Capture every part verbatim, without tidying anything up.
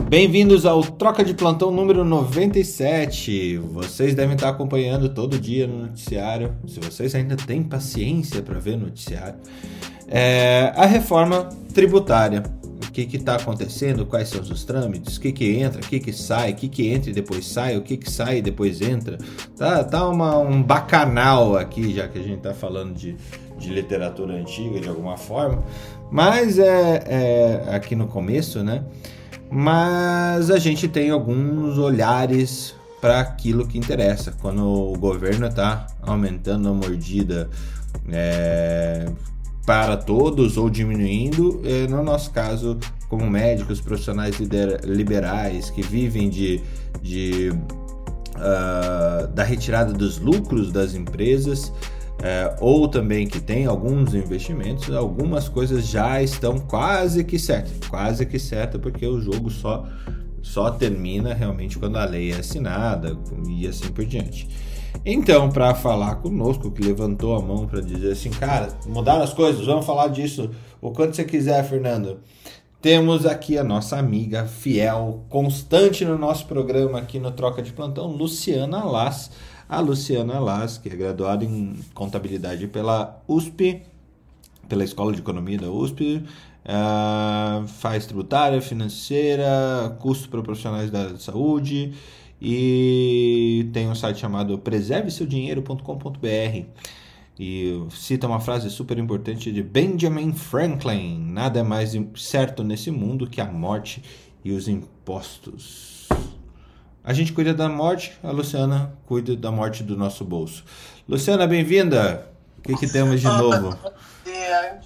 Bem-vindos ao Troca de Plantão número noventa e sete. Vocês devem estar acompanhando todo dia no noticiário, se vocês ainda têm paciência para ver noticiário, é, a reforma tributária. O que está acontecendo, quais são os trâmites, o que, que entra, o que, que sai, o que, que entra e depois sai, o que, que sai e depois entra. Tá, tá uma, um bacanal aqui, já que a gente está falando de, de literatura antiga de alguma forma, mas é, é aqui no começo, né? Mas a gente tem alguns olhares para aquilo que interessa. Quando o governo está aumentando a mordida é, para todos ou diminuindo, é, no nosso caso, como médicos, profissionais liberais que vivem de, de, uh, da retirada dos lucros das empresas, É, ou também que tem alguns investimentos, algumas coisas já estão quase que certas, quase que certa, porque o jogo só, só termina realmente quando a lei é assinada e assim por diante. Então, para falar conosco, que levantou a mão para dizer assim, cara, mudaram as coisas, vamos falar disso o quanto você quiser, Fernando. Temos aqui a nossa amiga fiel, constante no nosso programa aqui no Troca de Plantão, Luciana Las. A Luciana Las, que é graduada em contabilidade pela U S P, pela Escola de Economia da U S P, uh, faz tributária, financeira, curso para profissionais da área de saúde e tem um site chamado preserve seu dinheiro ponto com ponto b r e cita uma frase super importante de Benjamin Franklin: nada é mais certo nesse mundo que a morte e os impostos. A gente cuida da morte, a Luciana cuida da morte do nosso bolso. Luciana, bem-vinda! O que, que temos de novo? É,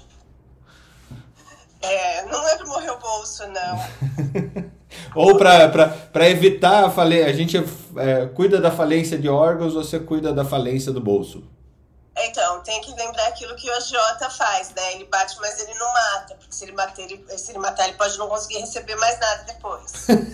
é, não é para morrer o bolso, não. Ou para evitar a falência, a gente é, cuida da falência de órgãos, ou você cuida da falência do bolso? Então, tem que lembrar aquilo que o agiota faz, né? Ele bate, mas ele não mata, porque se ele, bater, ele, se ele matar, ele pode não conseguir receber mais nada depois.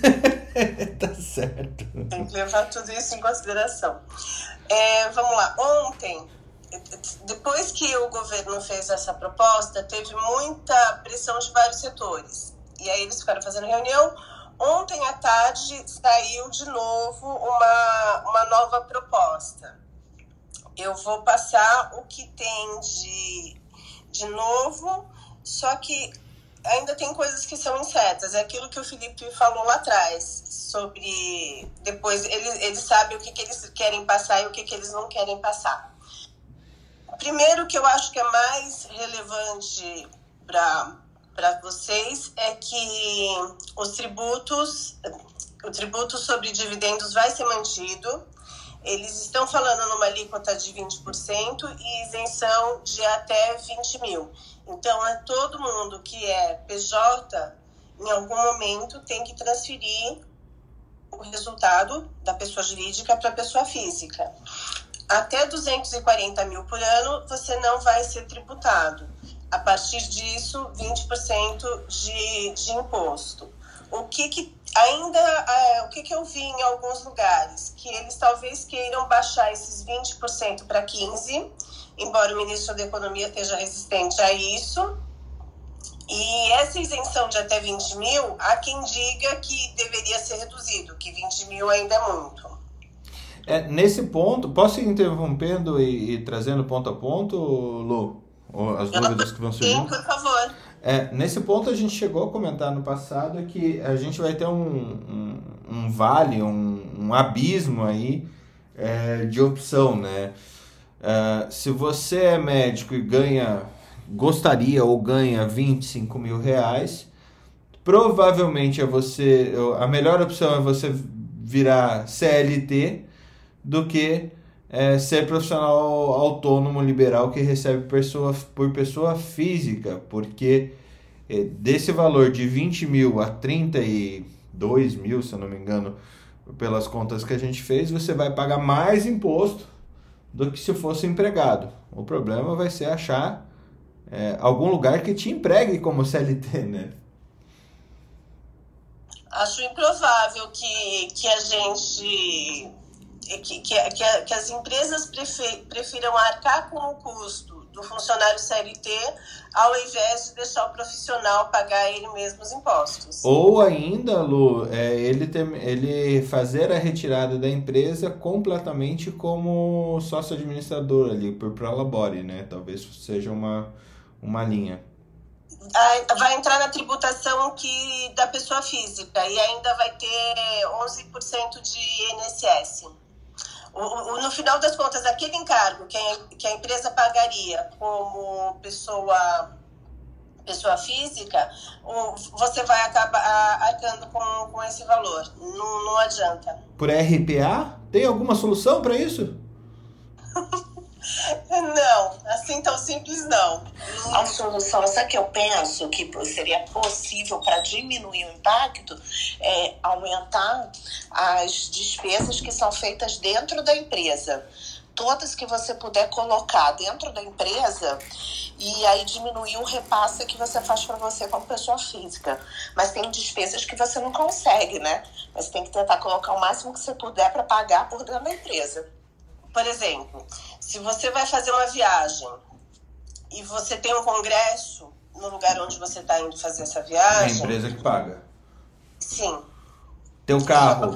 Tá certo. Tem que levar tudo isso em consideração. É, vamos lá. Ontem, depois que o governo fez essa proposta, teve muita pressão de vários setores. E aí eles ficaram fazendo reunião. Ontem à tarde saiu de novo uma, uma nova proposta. Eu vou passar o que tem de, de novo, só que ainda tem coisas que são incertas. É aquilo que o Felipe falou lá atrás, sobre depois eles, eles sabem o que, que eles querem passar e o que, que eles não querem passar. Primeiro, que eu acho que é mais relevante para vocês é que os tributos, o tributo sobre dividendos vai ser mantido. Eles estão falando numa alíquota de vinte por cento e isenção de até vinte mil. Então, é todo mundo que é P J, em algum momento, tem que transferir o resultado da pessoa jurídica para a pessoa física. Até duzentos e quarenta mil por ano, você não vai ser tributado. A partir disso, vinte por cento de, de imposto. O que que ainda, é, o que que eu vi em alguns lugares? Que eles talvez queiram baixar esses vinte por cento para quinze por cento, embora o ministro da Economia esteja resistente a isso. E essa isenção de até vinte mil, há quem diga que deveria ser reduzido, que vinte mil ainda é muito. É, nesse ponto, posso ir interrompendo e, e trazendo ponto a ponto, Lu? Ou as dúvidas que vão surgir? Sim, por favor. É, nesse ponto a gente chegou a comentar no passado que a gente vai ter um, um, um vale, um, um abismo aí é, de opção, né? É, se você é médico e ganha, gostaria ou ganha vinte e cinco mil reais, provavelmente é você, a melhor opção é você virar C L T do que É ser profissional autônomo liberal que recebe pessoa, por pessoa física, porque é, desse valor de vinte mil a trinta e dois mil, se eu não me engano, pelas contas que a gente fez, você vai pagar mais imposto do que se fosse empregado. O problema vai ser achar é, algum lugar que te empregue como C L T, né? Acho improvável que, que a gente... Que, que, que, que as empresas prefiram arcar com o custo do funcionário C L T, ao invés de deixar o profissional pagar ele mesmo os impostos. Ou ainda, Lu, é, ele, tem, ele fazer a retirada da empresa completamente como sócio administrador ali, por prolabore, né? Talvez seja uma, uma linha. Vai entrar na tributação que, da pessoa física e ainda vai ter onze por cento de I N S S. O, o, no final das contas, aquele encargo que a, que a empresa pagaria como pessoa, pessoa física, o, você vai acabar arcando com, com esse valor. Não, não adianta. Por R P A? Tem alguma solução para isso? Não, assim tão simples não. A solução, essa que eu penso que seria possível para diminuir o impacto é aumentar as despesas que são feitas dentro da empresa. Todas que você puder colocar dentro da empresa e aí diminuir o repasse que você faz para você como pessoa física. Mas tem despesas que você não consegue, né? Mas tem que tentar colocar o máximo que você puder para pagar por dentro da empresa. Por exemplo, se você vai fazer uma viagem e você tem um congresso no lugar onde você está indo fazer essa viagem... É a empresa que paga. Sim. Teu carro.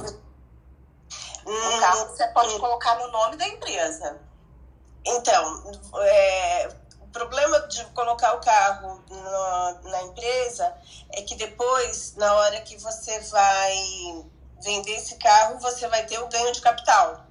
Hum, o carro você pode hum. colocar no nome da empresa. Então, é, o problema de colocar o carro no, na empresa é que depois, na hora que você vai vender esse carro, você vai ter o ganho de capital.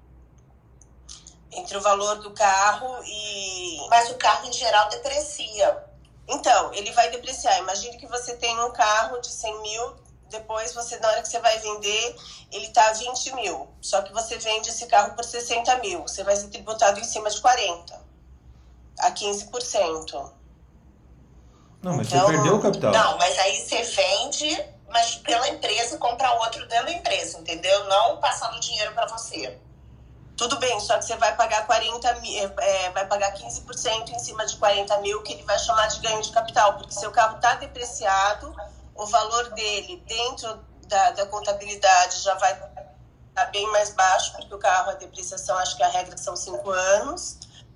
Entre o valor do carro e... Mas o carro, em geral, deprecia. Então, ele vai depreciar. Imagine que você tem um carro de cem mil, depois, você, na hora que você vai vender, ele está a vinte mil. Só que você vende esse carro por sessenta mil. Você vai ser tributado em cima de quarenta, a quinze por cento. Não, mas então, você perdeu o capital. Não, mas aí você vende, mas pela empresa, compra outro dentro da empresa, entendeu? Não passando dinheiro para você. Tudo bem, só que você vai pagar quarenta mil, é, vai pagar quinze por cento em cima de quarenta mil, que ele vai chamar de ganho de capital, porque seu carro está depreciado, o valor dele dentro da, da contabilidade já vai estar bem mais baixo, porque o carro, a depreciação, acho que a regra são cinco anos,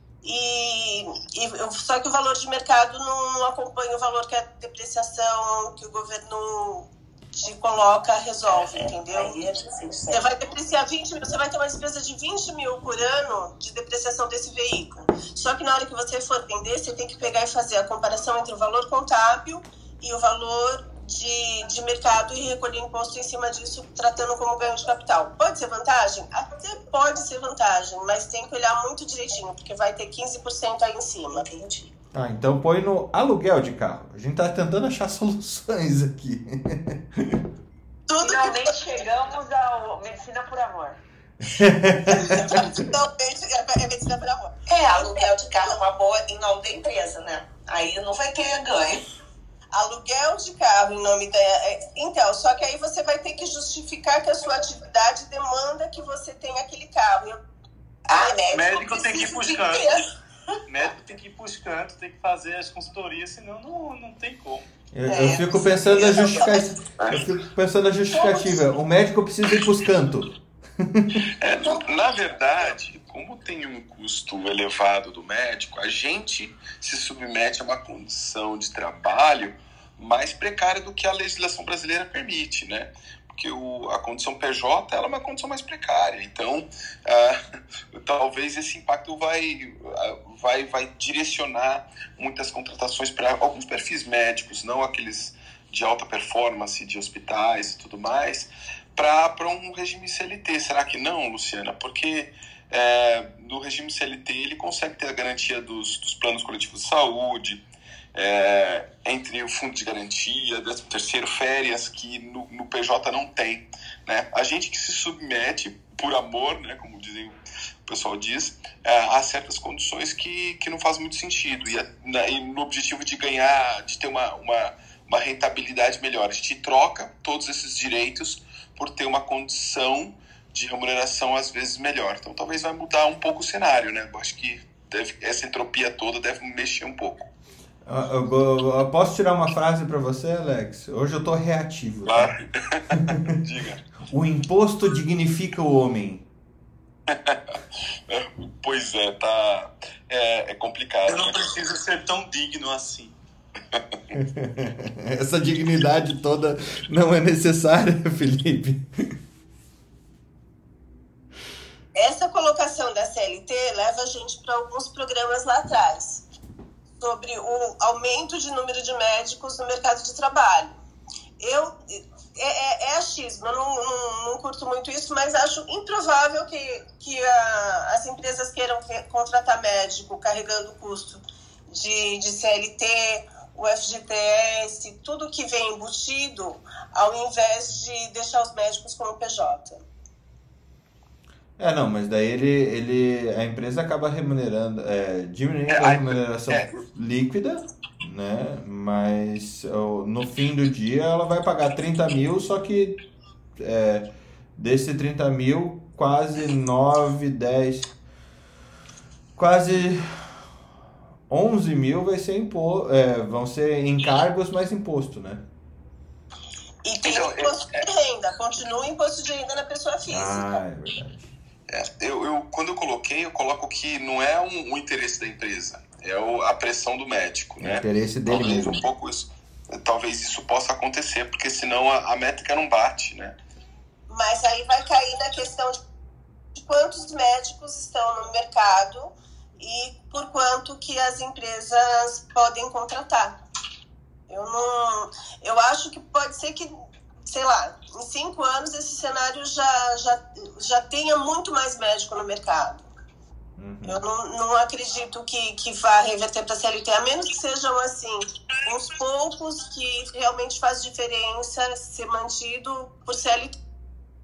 e, e só que o valor de mercado não, não acompanha o valor que a depreciação que o governo te coloca, resolve, entendeu? Você vai depreciar vinte mil, você vai ter uma despesa de vinte mil por ano de depreciação desse veículo. Só que na hora que você for vender, você tem que pegar e fazer a comparação entre o valor contábil e o valor de, de mercado e recolher imposto em cima disso, tratando como ganho de capital. Pode ser vantagem? Até pode ser vantagem, mas tem que olhar muito direitinho, porque vai ter quinze por cento aí em cima. Entendi. Ah, então põe no aluguel de carro. A gente tá tentando achar soluções aqui. Tudo Finalmente que... chegamos ao Medicina por Amor. Finalmente é Medicina por Amor. É, aluguel de carro é uma boa em nome da empresa, né? Aí não vai ter ganho. Aluguel de carro em nome da... Então, só que aí você vai ter que justificar que a sua atividade demanda que você tenha aquele carro. Eu... Ah, médico, médico tem que ir buscando. Médico tem que ir buscando, tem que fazer as consultorias, senão não, não tem como. Eu, é, eu fico pensando na justificativa. Eu fico pensando na justificativa. O médico precisa ir buscando. É, na verdade, como tem um custo elevado do médico, a gente se submete a uma condição de trabalho mais precária do que a legislação brasileira permite, né? Porque o, a condição P J ela é uma condição mais precária. Então, ah, talvez esse impacto vai, vai, vai direcionar muitas contratações para alguns perfis médicos, não aqueles de alta performance, de hospitais e tudo mais, para um regime C L T. Será que não, Luciana? Porque é, no regime C L T ele consegue ter a garantia dos, dos planos coletivos de saúde, É, entre o fundo de garantia, décimo terceiro, férias, que no, no P J não tem, né? A gente que se submete por amor, né, como dizem, o pessoal diz, é, há certas condições que, que não faz muito sentido, e, na, e no objetivo de ganhar, de ter uma, uma, uma rentabilidade melhor, a gente troca todos esses direitos por ter uma condição de remuneração às vezes melhor. Então talvez vai mudar um pouco o cenário, né? Eu acho que deve, essa entropia toda deve mexer um pouco. Eu, eu, eu posso tirar uma frase para você, Alex? Hoje eu tô reativo. Claro. Diga. O imposto dignifica o homem. Pois é, tá. é, é complicado. Eu não né? preciso ser tão digno assim. Essa dignidade toda não é necessária, Felipe. Essa colocação da C L T leva a gente para alguns programas lá atrás, sobre o aumento de número de médicos no mercado de trabalho. Eu, é, é, é achismo, eu não, não, não curto muito isso, mas acho improvável que, que a, as empresas queiram contratar médico carregando o custo de, de C L T, o F G T S, tudo que vem embutido, ao invés de deixar os médicos como P J. É, não, mas daí ele, ele, a empresa acaba remunerando, é, diminuindo É, a a- remuneração é. líquida, né? Mas ó, no fim do dia ela vai pagar trinta mil, só que é, desse trinta mil, quase nove, dez, quase onze mil vai ser impo, é, vão ser encargos mais imposto, né? E tem Então, o imposto de renda, continua o imposto de renda na pessoa física. Ah, é verdade. É, eu, eu, quando eu coloquei, eu coloco que não é um, o interesse da empresa, é o, a pressão do médico, É o né? interesse dele Talvez mesmo. um pouco isso, talvez isso possa acontecer, porque senão a, a métrica não bate, né? Mas aí vai cair na questão de de quantos médicos estão no mercado e por quanto que as empresas podem contratar. Eu não, eu acho que pode ser que, sei lá, em cinco anos esse cenário já, já, já tenha muito mais médico no mercado. Uhum. Eu não, não acredito que, que vá reverter para a C L T, a menos que sejam, assim, uns poucos que realmente faz diferença ser mantido por C L T.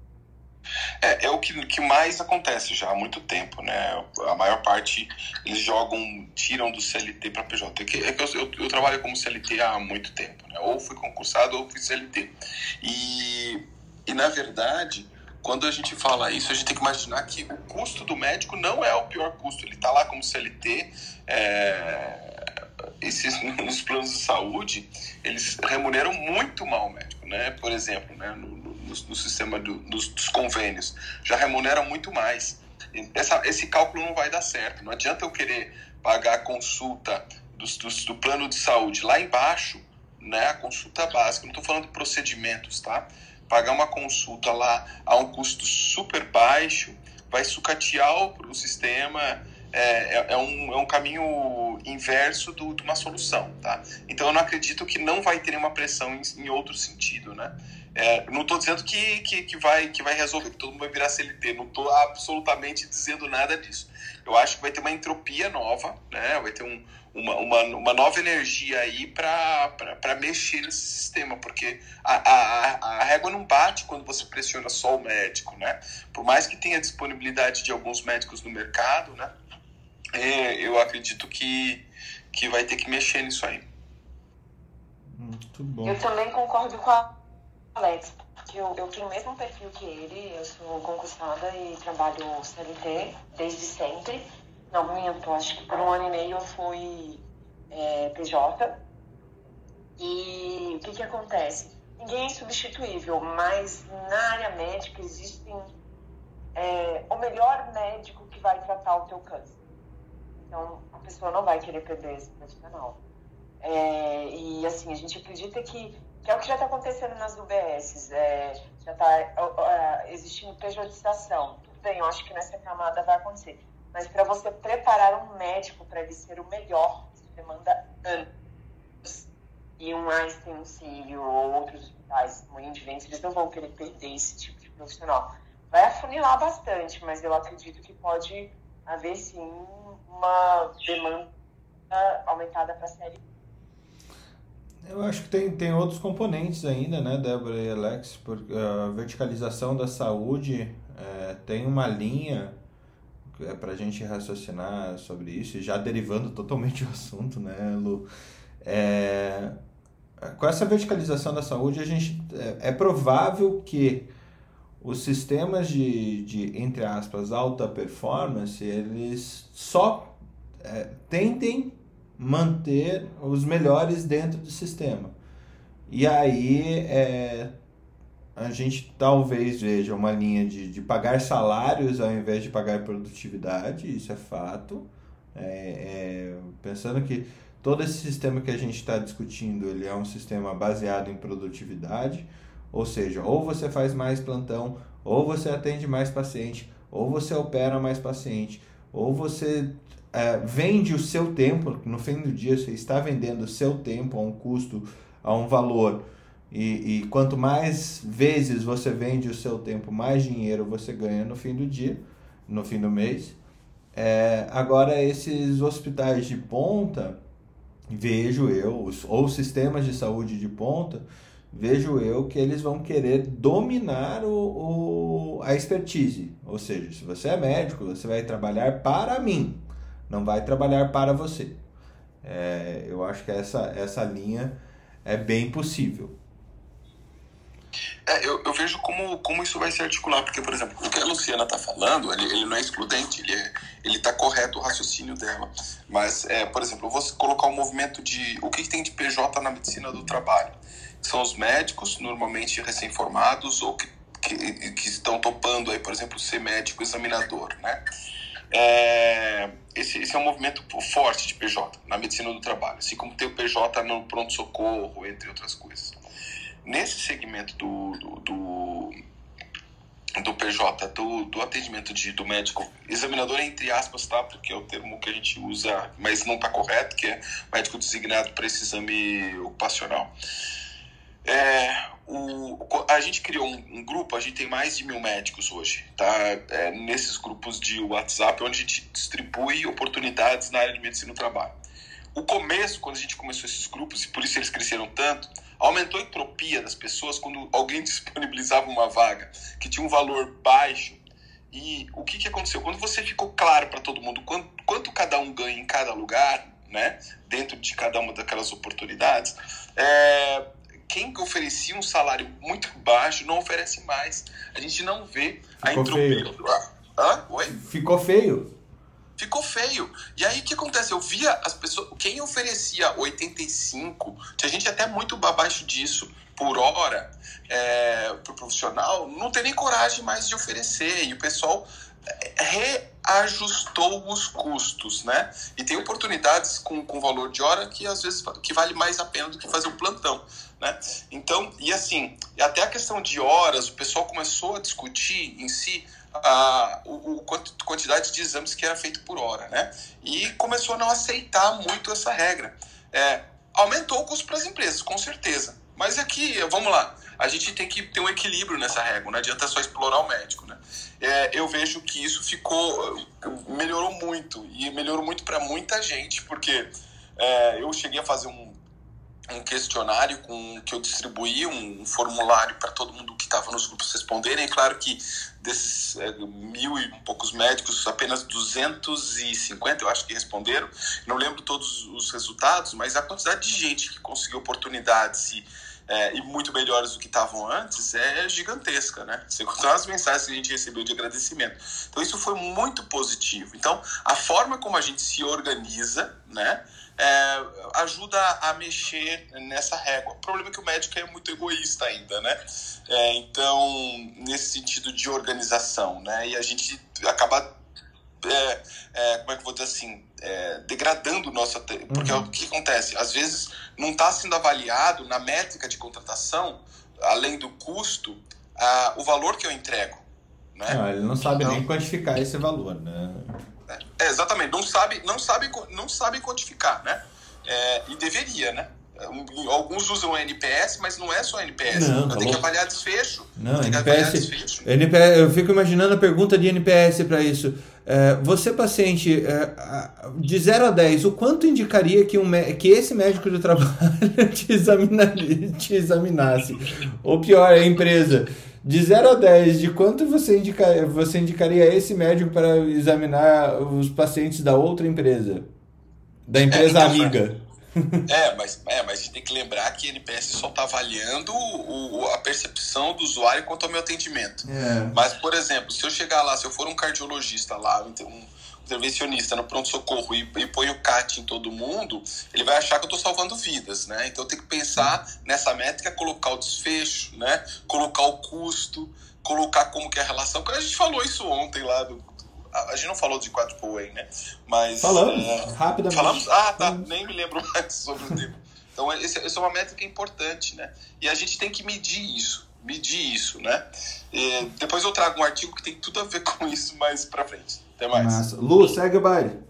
É, é o que, que mais acontece já há muito tempo, né? A maior parte eles jogam, tiram do C L T para P J. É que, é que eu, eu, eu trabalho como C L T há muito tempo, né? Ou fui concursado ou fui C L T. E, e na verdade, quando a gente fala isso, a gente tem que imaginar que o custo do médico não é o pior custo. Ele está lá como C L T, é, esses, nos planos de saúde, eles remuneram muito mal o médico, né? Por exemplo, né? no, no, no sistema do, dos, dos convênios, já remuneram muito mais. Essa, esse cálculo não vai dar certo. Não adianta eu querer pagar a consulta dos, dos, do plano de saúde lá embaixo, né? A consulta básica, não estou falando de procedimentos, tá? Pagar uma consulta lá a um custo super baixo vai sucatear o, o sistema, é, é, é, um, é um caminho inverso do, de uma solução, tá? Então eu não acredito que não vai ter nenhuma pressão em, em outro sentido, né? É, não estou dizendo que, que, que, vai, que vai resolver, que todo mundo vai virar C L T, não estou absolutamente dizendo nada disso. Eu acho que vai ter uma entropia nova, né? Vai ter um, uma, uma, uma nova energia aí para mexer nesse sistema, porque a, a, a régua não bate quando você pressiona só o médico, né? Por mais que tenha disponibilidade de alguns médicos no mercado, né? É, eu acredito que, que vai ter que mexer nisso aí. Muito bom. Eu também concordo com a Alex, porque eu, eu tenho o mesmo perfil que ele, eu sou concursada e trabalho C L T desde sempre. Não, minto, acho que por um ano e meio eu fui é, P J. E o que que acontece? Ninguém é insubstituível, mas na área médica existem é, o melhor médico que vai tratar o teu câncer. Então, a pessoa não vai querer perder esse profissional. É, e assim, a gente acredita que que é o que já está acontecendo nas U B S, é, já está é, existindo pejotização. Tudo bem, eu acho que nessa camada vai acontecer. Mas para você preparar um médico para ele ser o melhor, isso demanda anos. E um Einstein, um Sírio ou outros hospitais, como o Indiventes, eles não vão querer perder esse tipo de profissional. Vai afunilar bastante, mas eu acredito que pode haver sim uma demanda aumentada para a série. Eu acho que tem, tem outros componentes ainda, né, Débora e Alex, porque a verticalização da saúde é, tem uma linha é, para a gente raciocinar sobre isso, e já derivando totalmente o assunto, né, Lu? É, com essa verticalização da saúde, a gente, é, é provável que os sistemas de, de, entre aspas, alta performance, eles só é, tendem manter os melhores dentro do sistema. E aí é, a gente talvez veja uma linha de, de pagar salários ao invés de pagar produtividade, isso é fato, É, é, pensando que todo esse sistema que a gente está discutindo, ele é um sistema baseado em produtividade, ou seja, ou você faz mais plantão, ou você atende mais paciente, ou você opera mais paciente, ou você é, vende o seu tempo. No fim do dia você está vendendo o seu tempo a um custo, a um valor, e, e quanto mais vezes você vende o seu tempo, mais dinheiro você ganha no fim do dia, no fim do mês. É, agora esses hospitais de ponta, vejo eu, ou sistemas de saúde de ponta, vejo eu que eles vão querer dominar o, o, a expertise. Ou seja, se você é médico, você vai trabalhar para mim, não vai trabalhar para você. É, eu acho que essa, essa linha é bem possível. É, eu, eu vejo como, como isso vai se articular, porque, por exemplo, o que a Luciana está falando, ele, ele não é excludente, ele é, ele está correto o raciocínio dela. Mas, é, por exemplo, eu vou colocar um movimento de... O que, que tem de P J na medicina do trabalho? São os médicos, normalmente recém-formados, ou que, que, que estão topando, aí, por exemplo, ser médico examinador, né? É, esse, esse é um movimento forte de P J na medicina do trabalho, assim como tem o P J no pronto-socorro, entre outras coisas. Nesse segmento do, do, do, do P J, do, do atendimento de, do médico examinador, entre aspas, tá? Porque é o termo que a gente usa, mas não está correto, que é médico designado para esse exame ocupacional. É, o, a gente criou um, um grupo, a gente tem mais de mil médicos hoje, tá? É, nesses grupos de WhatsApp, onde a gente distribui oportunidades na área de medicina do trabalho. O começo, quando a gente começou esses grupos, e por isso eles cresceram tanto, aumentou a entropia das pessoas quando alguém disponibilizava uma vaga que tinha um valor baixo. E o que, que aconteceu? Quando você ficou claro para todo mundo quanto, quanto cada um ganha em cada lugar, né, dentro de cada uma daquelas oportunidades, é, quem oferecia um salário muito baixo não oferece mais. A gente não vê a Ficou entropia. feio. Hã? Oi? Ficou feio. Ficou feio. E aí o que acontece? Eu via as pessoas... Quem oferecia oitenta e cinco, tinha gente até muito abaixo disso, por hora, é, pro profissional, não tem nem coragem mais de oferecer. E o pessoal reajustou os custos, né? E tem oportunidades com, com valor de hora que às vezes que vale mais a pena do que fazer um plantão, né? Então, e assim, até a questão de horas, o pessoal começou a discutir em si a o, o quantidade de exames que era feito por hora, né? E começou a não aceitar muito essa regra. É, aumentou o custo para as empresas, com certeza. Mas aqui, vamos lá, a gente tem que ter um equilíbrio nessa regra, não adianta só explorar o médico, né? É, eu vejo que isso ficou, melhorou muito, e melhorou muito para muita gente, porque é, eu cheguei a fazer um, um questionário com, que eu distribuí, um, um formulário para todo mundo que estava nos grupos responderem. É claro que desses é, mil e poucos médicos, apenas duzentos e cinquenta, eu acho que responderam. Não lembro todos os resultados, mas a quantidade de gente que conseguiu oportunidades e É, e muito melhores do que estavam antes, é gigantesca, né? Sem contar as mensagens que a gente recebeu de agradecimento. Então, isso foi muito positivo. Então, a forma como a gente se organiza, né, é, ajuda a mexer nessa régua. O problema é que o médico é muito egoísta ainda, né? É, então, nesse sentido de organização, né? E a gente acaba... É, é, como é que eu vou dizer assim, é, degradando o nosso... Porque uhum. O que acontece? Às vezes não está sendo avaliado na métrica de contratação, além do custo, a, o valor que eu entrego, né? Não, ele não sabe então, nem quantificar esse valor, né? É, exatamente, não sabe, não sabe, não sabe quantificar, né? É, e deveria, né? Alguns usam o N P S, mas não é só N P S. Não, eu tá tenho que louco. avaliar desfecho. Não, N P S, desfecho. N P S, eu fico imaginando a pergunta de N P S para isso. É, você, paciente, é, de zero a dez, o quanto indicaria que, um, que esse médico do trabalho te, examinaria, te examinasse? Ou pior, a empresa, de zero a dez, de quanto você, indica, você indicaria esse médico para examinar os pacientes da outra empresa? Da empresa é, então, amiga? É mas, é, mas a gente tem que lembrar que a N P S só está avaliando o, a percepção do usuário quanto ao meu atendimento. É. Mas, por exemplo, se eu chegar lá, se eu for um cardiologista lá, um intervencionista no pronto-socorro e, e põe o C A T em todo mundo, ele vai achar que eu estou salvando vidas, né? Então eu tenho que pensar nessa métrica, colocar o desfecho, né? Colocar o custo, colocar como que é a relação. Quando a gente falou isso ontem lá, do, A gente não falou de quadruple whey, né? Mas, falamos, é, rapidamente. Falamos? Ah, tá. Nem me lembro mais sobre o tema. Então, essa é uma métrica importante, né? E a gente tem que medir isso. Medir isso, né? E depois eu trago um artigo que tem tudo a ver com isso mais pra frente. Até mais. Massa. Lu, segue o baile.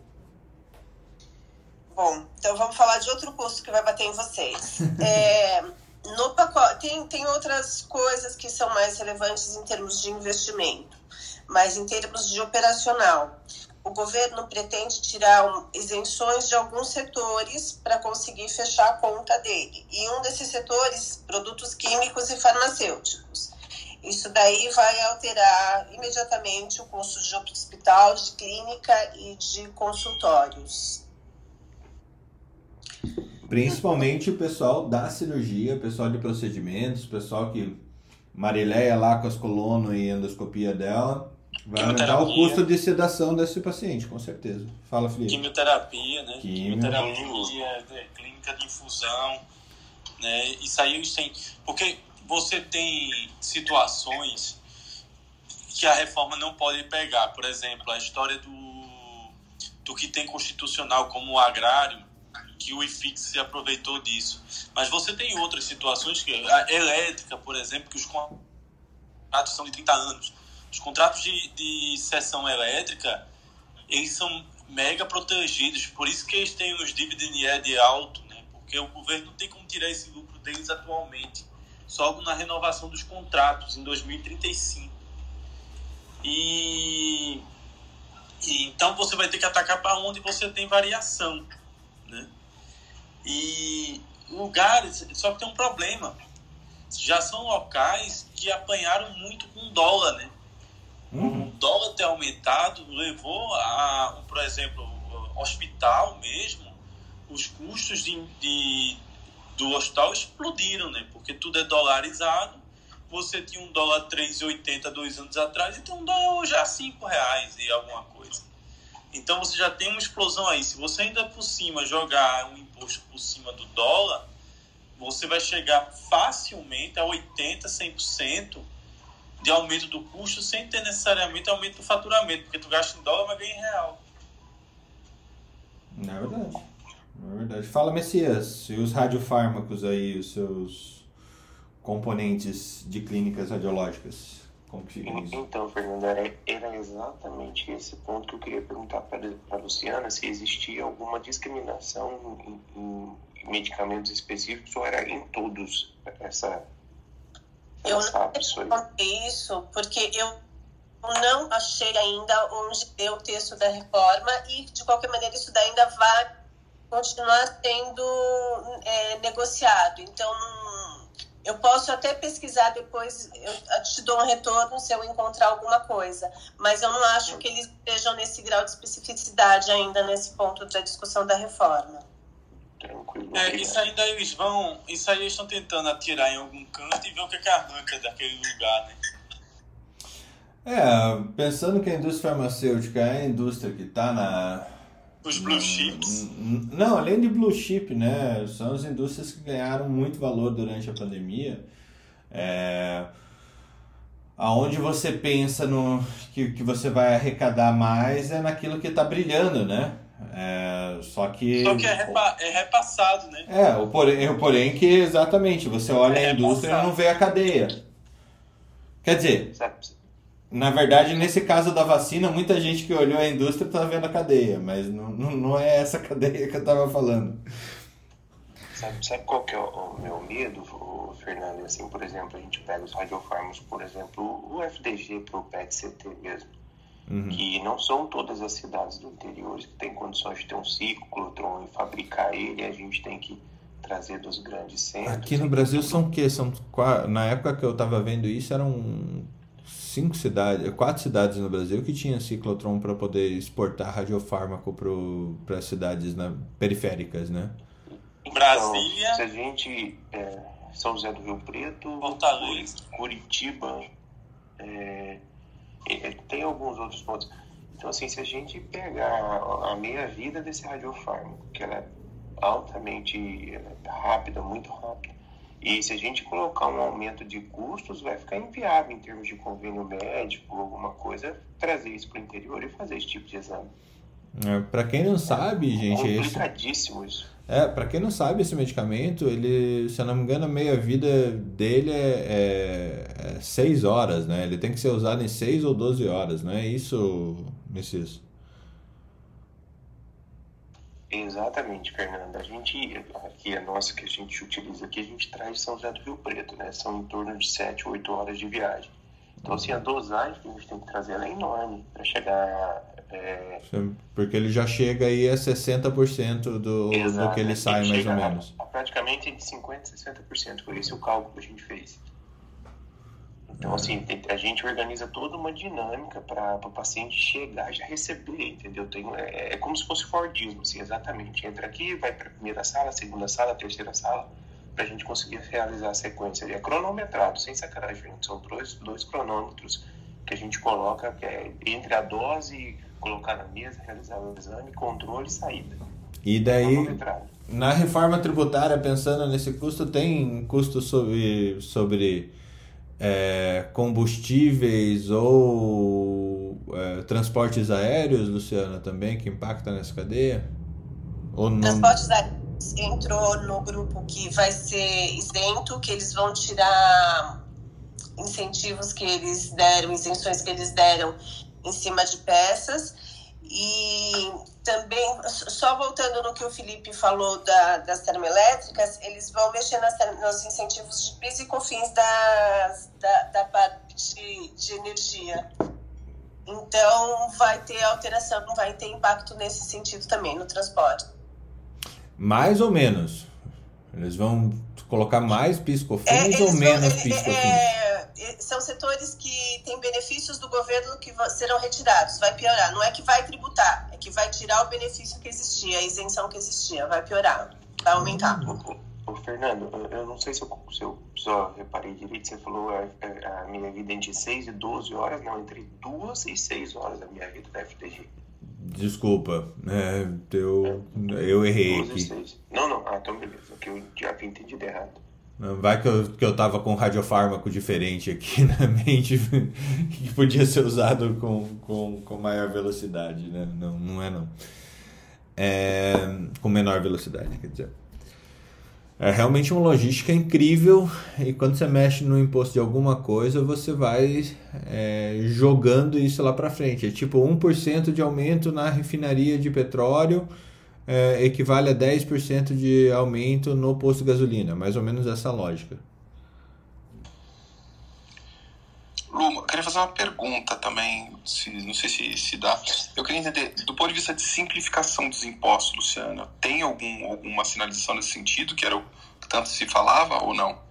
Bom, então vamos falar de outro custo que vai bater em vocês. É, no pacote, tem, tem outras coisas que são mais relevantes em termos de investimento, mas em termos de operacional, o governo pretende tirar um, isenções de alguns setores para conseguir fechar a conta dele. E um desses setores, produtos químicos e farmacêuticos. Isso daí vai alterar imediatamente o custo de hospital, de clínica e de consultórios. Principalmente o pessoal da cirurgia, o pessoal de procedimentos, o pessoal que Marileia lá com as colunas e endoscopia dela, vai aumentar o custo de sedação desse paciente, com certeza. Fala, Felipe. Quimioterapia, né? Quimio. Quimioterapia, né? Clínica de infusão, né? Isso aí eles têm... Porque você tem situações que a reforma não pode pegar. Por exemplo, a história do, do que tem constitucional como o agrário, que o I F I X se aproveitou disso. Mas você tem outras situações, que a elétrica, por exemplo, que os contratos são de trinta anos. Os contratos de, de seção elétrica, eles são mega protegidos, por isso que eles têm os dividend yield alto, né? Porque o governo não tem como tirar esse lucro deles atualmente, só na renovação dos contratos em dois mil e trinta e cinco. E, e então você vai ter que atacar para onde você tem variação, né? E lugares, só que tem um problema, já são locais que apanharam muito com dólar, né? Uhum. O dólar ter aumentado levou a, por exemplo, hospital mesmo, os custos de, de, do hospital explodiram, né? Porque tudo é dolarizado. Você tinha um dólar três reais e oitenta centavos dois anos atrás e tem um dólar hoje a cinco reais e alguma coisa. Então você já tem uma explosão aí. Se você ainda por cima jogar um imposto por cima do dólar, você vai chegar facilmente a oitenta por cento, cem por cento de aumento do custo sem ter necessariamente aumento do faturamento, porque tu gasta em dólar, mas ganha em real. Não é verdade. Não é verdade. Fala, Messias, e os radiofármacos aí, os seus componentes de clínicas radiológicas? Como que fica isso? Então, Fernando, era, era exatamente esse ponto que eu queria perguntar para a Luciana, se existia alguma discriminação em, em medicamentos específicos ou era em todos essa... Eu não respondi isso porque eu não achei ainda onde deu o texto da reforma e, de qualquer maneira, isso daí ainda vai continuar sendo é, negociado. Então, eu posso até pesquisar depois, eu te dou um retorno se eu encontrar alguma coisa, mas eu não acho que eles estejam nesse grau de especificidade ainda nesse ponto da discussão da reforma. Tranquilo. É, isso ainda eles vão, isso aí eles estão tentando atirar em algum canto e ver o que, que arranca daquele lugar, né? É, pensando que a indústria farmacêutica é a indústria que está na... Os blue chips. Não, além de blue chip, né? São as indústrias que ganharam muito valor durante a pandemia. É, aonde você pensa no que, que você vai arrecadar mais é naquilo que está brilhando, né? É, só que... Só que é, repa, é repassado, né? É, o porém, o porém que exatamente, você olha é a indústria e não vê a cadeia. Quer dizer... Na verdade, nesse caso da vacina, muita gente que olhou a indústria está vendo a cadeia, mas não, não, não é essa cadeia que eu estava falando. Sabe, sabe qual que é o, o meu medo, o Fernando? Assim, por exemplo, a gente pega os radiofármacos, por exemplo, o F D G para o P E T C T mesmo, uhum. que não são todas as cidades do interior que têm condições de ter um ciclotron e fabricar ele, a gente tem que trazer dos grandes centros. Aqui no Brasil tudo. São o quê? São, na época que eu estava vendo isso, eram... cinco cidades, quatro cidades no Brasil que tinham ciclotron para poder exportar radiofármaco para as cidades, né, periféricas, né? Brasília, então, se a gente é, São José do Rio Preto, Fortaleza, Curitiba, é, é, tem alguns outros pontos. Então, assim, se a gente pegar a meia-vida desse radiofármaco, que ela é altamente ela é rápida, muito rápida, E se a gente colocar um aumento de custos, vai ficar inviável em termos de convênio médico, alguma coisa, trazer isso para o interior e fazer esse tipo de exame. É, para quem não sabe, gente... É complicadíssimo isso. É, para quem não sabe, esse medicamento, ele, se eu não me engano, a meia-vida dele é, é, é seis horas, né? Ele tem que ser usado em seis ou doze horas, não é isso, Messias? Exatamente, Fernanda. A gente, aqui a nossa que a gente utiliza aqui, a gente traz de São José do Rio Preto, né? São em torno de sete, oito horas de viagem. Então, assim, a dosagem que a gente tem que trazer ela é enorme para chegar... É... Porque ele já chega aí a sessenta por cento do, do que ele sai, mais ou menos. A, a praticamente entre cinquenta por cento e sessenta por cento. Foi esse o cálculo que a gente fez. Então, é. assim, a gente organiza toda uma dinâmica para o paciente chegar e já receber, entendeu? Tem, é, é como se fosse Fordismo, assim, exatamente. Entra aqui, vai para a primeira sala, segunda sala, terceira sala, para a gente conseguir realizar a sequência. E é cronometrado, sem sacanagem, gente. São dois, dois cronômetros que a gente coloca que é entre a dose, colocar na mesa, realizar o exame, controle e saída. E daí, na reforma tributária, pensando nesse custo, tem custo sobre... sobre É, combustíveis ou é, transportes aéreos, Luciana, também, que impacta nessa cadeia? Ou não? Transportes aéreos entrou no grupo que vai ser isento, que eles vão tirar incentivos que eles deram, isenções que eles deram em cima de peças. E também, só voltando no que o Felipe falou da, das termoelétricas, eles vão mexer nas, nos incentivos de PIS e COFINS das, da, da parte de, de energia. Então, vai ter alteração, vai ter impacto nesse sentido também, no transporte. Mais ou menos? Eles vão colocar mais PIS e COFINS é, ou menos vão, PIS e COFINS? É, são setores que têm benefícios do governo que serão retirados, vai piorar. Não é que vai tributar, é que vai tirar o benefício que existia, a isenção que existia, vai piorar, vai aumentar. Ô, Fernando, eu não sei se eu, se eu só reparei direito, você falou a, a minha vida entre seis e doze horas, não, entre duas e seis horas a minha vida da F D G. Desculpa, é, eu, eu errei aqui. Não, não, ah, então beleza, que eu já havia entendido errado. Vai que eu, que eu tava com um radiofármaco diferente aqui na mente que podia ser usado com, com, com maior velocidade, né? Não, não é não. É, com menor velocidade, quer dizer. É realmente uma logística incrível e quando você mexe no imposto de alguma coisa, você vai é, jogando isso lá para frente. É tipo um por cento de aumento na refinaria de petróleo é, equivale a dez por cento de aumento no posto de gasolina. Mais ou menos essa lógica. Lu, eu queria fazer uma pergunta também, se, não sei se, se dá. Eu queria entender, do ponto de vista de simplificação dos impostos, Luciana, tem algum, alguma sinalização nesse sentido, que era o que tanto se falava ou não?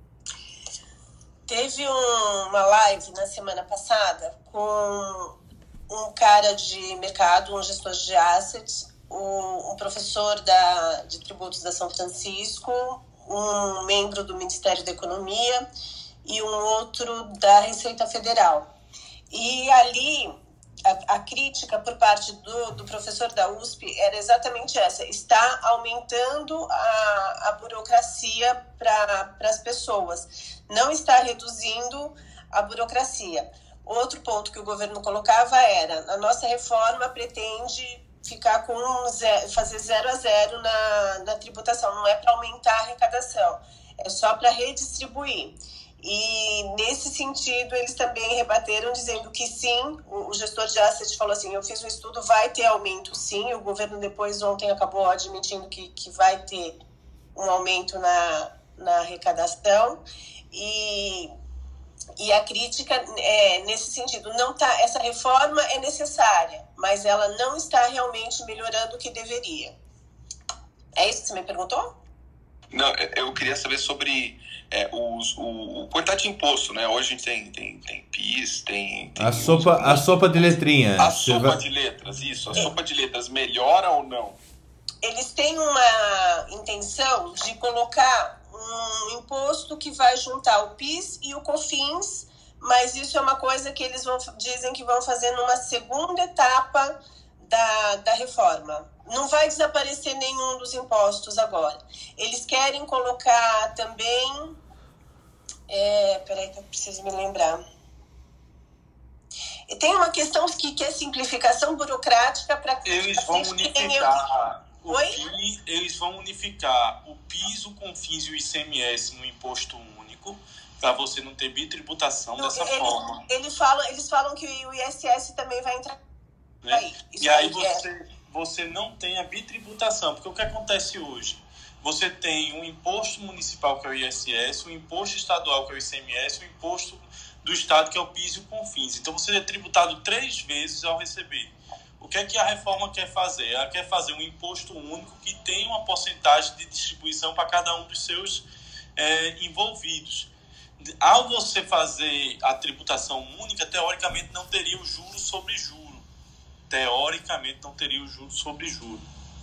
Teve um, uma live na semana passada com um cara de mercado, um gestor de assets, um, um professor da, de tributos da São Francisco, um membro do Ministério da Economia e um outro da Receita Federal. E ali, a, a crítica por parte do, do professor da U S P era exatamente essa: está aumentando a, a burocracia para as pessoas, não está reduzindo a burocracia. Outro ponto que o governo colocava era: a nossa reforma pretende ficar com zero, fazer zero a zero na, na tributação, não é para aumentar a arrecadação, é só para redistribuir. E, nesse sentido, eles também rebateram, dizendo que sim, o gestor de asset falou assim: eu fiz um estudo, vai ter aumento sim. O governo depois, ontem, acabou admitindo que, que vai ter um aumento na, na arrecadação. E, e a crítica é nesse sentido: não tá, essa reforma é necessária, mas ela não está realmente melhorando o que deveria. É isso que você me perguntou? Não, eu queria saber sobre é, os, o, o quantidade de imposto, né? Hoje a gente tem, tem, tem PIS, tem... tem a, sopa, a sopa de letrinha. A sopa vai... de letras, isso. A é. sopa de letras melhora ou não? Eles têm uma intenção de colocar um imposto que vai juntar o PIS e o COFINS, mas isso é uma coisa que eles vão, dizem que vão fazer numa segunda etapa da, da reforma. Não vai desaparecer nenhum dos impostos agora. Eles querem colocar também... É, peraí que eu preciso me lembrar. E tem uma questão que, que é simplificação burocrática para... Eles vão unificar... O Oi? P I S, eles vão unificar o P I S, o CONFINS e o I C M S no imposto único, para você não ter bitributação Não, dessa ele, forma. Ele fala, eles falam que o I S S também vai entrar... Né? Aí, e aí aí você, é. você não tem a bitributação, porque o que acontece hoje? Você tem um imposto municipal, que é o I S S, o imposto estadual, que é o I C M S, o imposto do estado, que é o P I S e o CONFINS. Então você é tributado três vezes ao receber. O que é que a reforma quer fazer? Ela quer fazer um imposto único que tem uma porcentagem de distribuição para cada um dos seus é, envolvidos. Ao você fazer a tributação única, teoricamente não teria o juro sobre juro. Teoricamente não teria o juro sobre juro.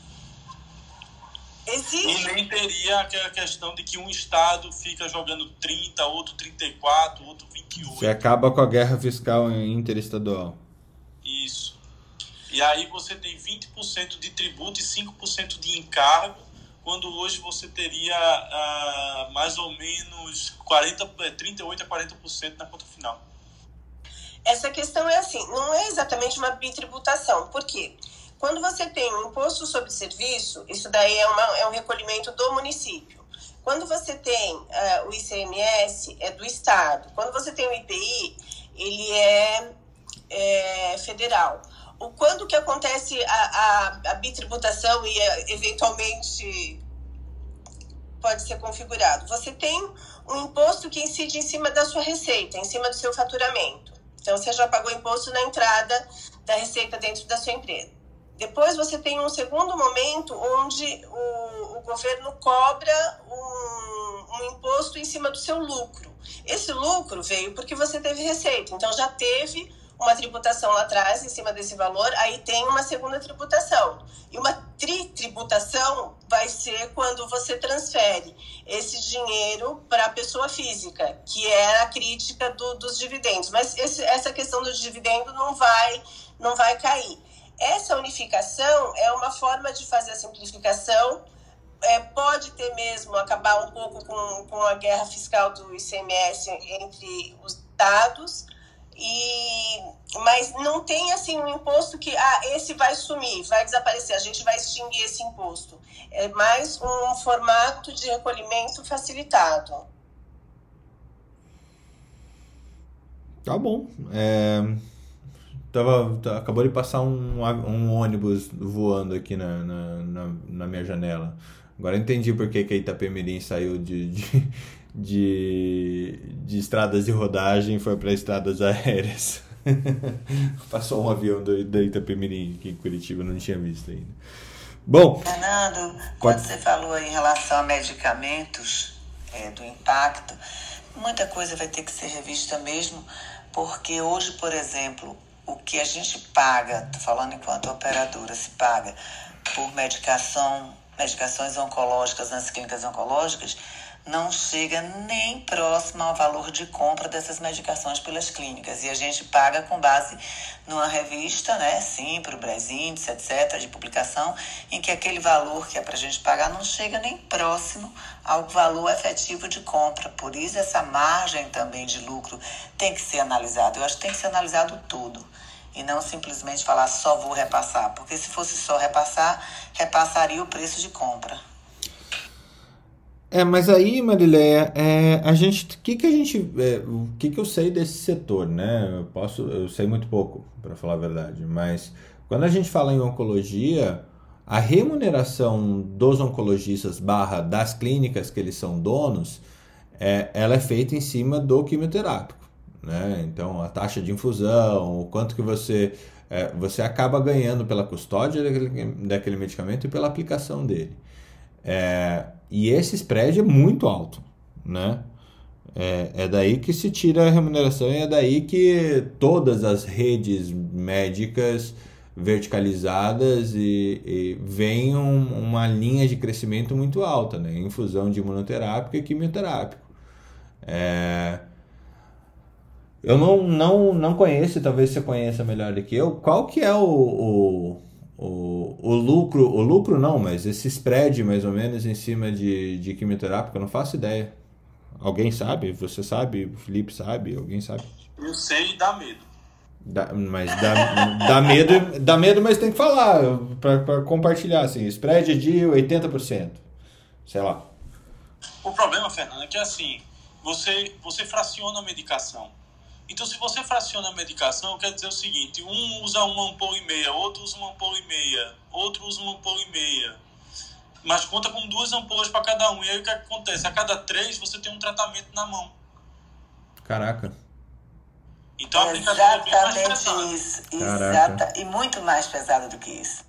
Existe. E nem teria aquela questão de que um estado fica jogando trinta, outro trinta e quatro, outro vinte e oito. Você acaba com a guerra fiscal interestadual. Isso. E aí você tem vinte por cento de tributo e cinco por cento de encargo, quando hoje você teria ah, mais ou menos quarenta, trinta e oito a quarenta por cento na conta final. Essa questão é assim, não é exatamente uma bitributação. Por quê? Quando você tem um imposto sobre serviço, isso daí é, uma, é um recolhimento do município. Quando você tem uh, o I C M S, é do Estado. Quando você tem o I P I, ele é, é federal. O, quando que acontece a, a, a bitributação e uh, eventualmente pode ser configurado? Você tem um imposto que incide em cima da sua receita, em cima do seu faturamento. Então, você já pagou imposto na entrada da receita dentro da sua empresa. Depois, você tem um segundo momento onde o, o governo cobra um, um imposto em cima do seu lucro. Esse lucro veio porque você teve receita. Então, já teve uma tributação lá atrás, em cima desse valor, aí tem uma segunda tributação. E uma tritributação vai ser quando você transfere esse dinheiro para a pessoa física, que é a crítica do, dos dividendos. Mas esse, essa questão do dividendo não vai, não vai cair. Essa unificação é uma forma de fazer a simplificação, é, pode ter mesmo, acabar um pouco com, com a guerra fiscal do I C M S entre os estados, e, mas não tem assim um imposto que ah, esse vai sumir, vai desaparecer, a gente vai extinguir esse imposto. É mais um formato de recolhimento facilitado. Tá bom. É... Tava, tá, acabou de passar um, um ônibus voando aqui na, na, na, na minha janela. Agora eu entendi por que, que a Itapemirim saiu de, de, de, de estradas de rodagem e foi para estradas aéreas. Passou um avião do, da Itapemirim aqui em Curitiba, eu não tinha visto ainda. Bom, Fernando, pode... quando você falou em relação a medicamentos, é, do impacto, muita coisa vai ter que ser revista mesmo, porque hoje, por exemplo, o que a gente paga, tô falando enquanto operadora, se paga por medicação, medicações oncológicas nas clínicas oncológicas, não chega nem próximo ao valor de compra dessas medicações pelas clínicas. E a gente paga com base numa revista, né, Simpro, Brasíndice, etcétera, de publicação, em que aquele valor que é para a gente pagar não chega nem próximo ao valor efetivo de compra. Por isso, essa margem também de lucro tem que ser analisada. Eu acho que tem que ser analisado tudo. E não simplesmente falar só vou repassar. Porque se fosse só repassar, repassaria o preço de compra. É, mas aí, Marileia, é, a gente, o que que a gente, é, o que que eu sei desse setor, né? Eu posso, eu sei muito pouco, para falar a verdade, mas quando a gente fala em oncologia, a remuneração dos oncologistas barra das clínicas que eles são donos, é, ela é feita em cima do quimioterápico, né? Então, a taxa de infusão, o quanto que você, é, você acaba ganhando pela custódia daquele, daquele medicamento e pela aplicação dele. É, e esse spread é muito alto, né? É, é daí que se tira a remuneração e é daí que todas as redes médicas verticalizadas e, e vem um, uma linha de crescimento muito alta, né? Infusão de imunoterápico e quimioterápico. É, eu não, não, não conheço, talvez você conheça melhor do que eu, qual que é o, o o, o lucro, o lucro não, mas esse spread mais ou menos em cima de, de quimioterápico, eu não faço ideia. Alguém sabe? Você sabe? O Felipe sabe? Alguém sabe? Eu sei e dá medo. Dá, mas dá, dá, medo, dá medo, mas tem que falar para compartilhar, assim, spread de oitenta por cento, sei lá. O problema, Fernando, é que assim, você, você fraciona a medicação. Então, se você fraciona a medicação, quer dizer o seguinte, um usa uma ampola e meia, outro usa uma ampola e meia, outro usa uma ampola e meia, mas conta com duas ampolas para cada um. E aí o que acontece? A cada três você tem um tratamento na mão. Caraca. Então a brincadeira é bem mais Exatamente pesada. isso. Caraca. Exata, e muito mais pesado do que isso.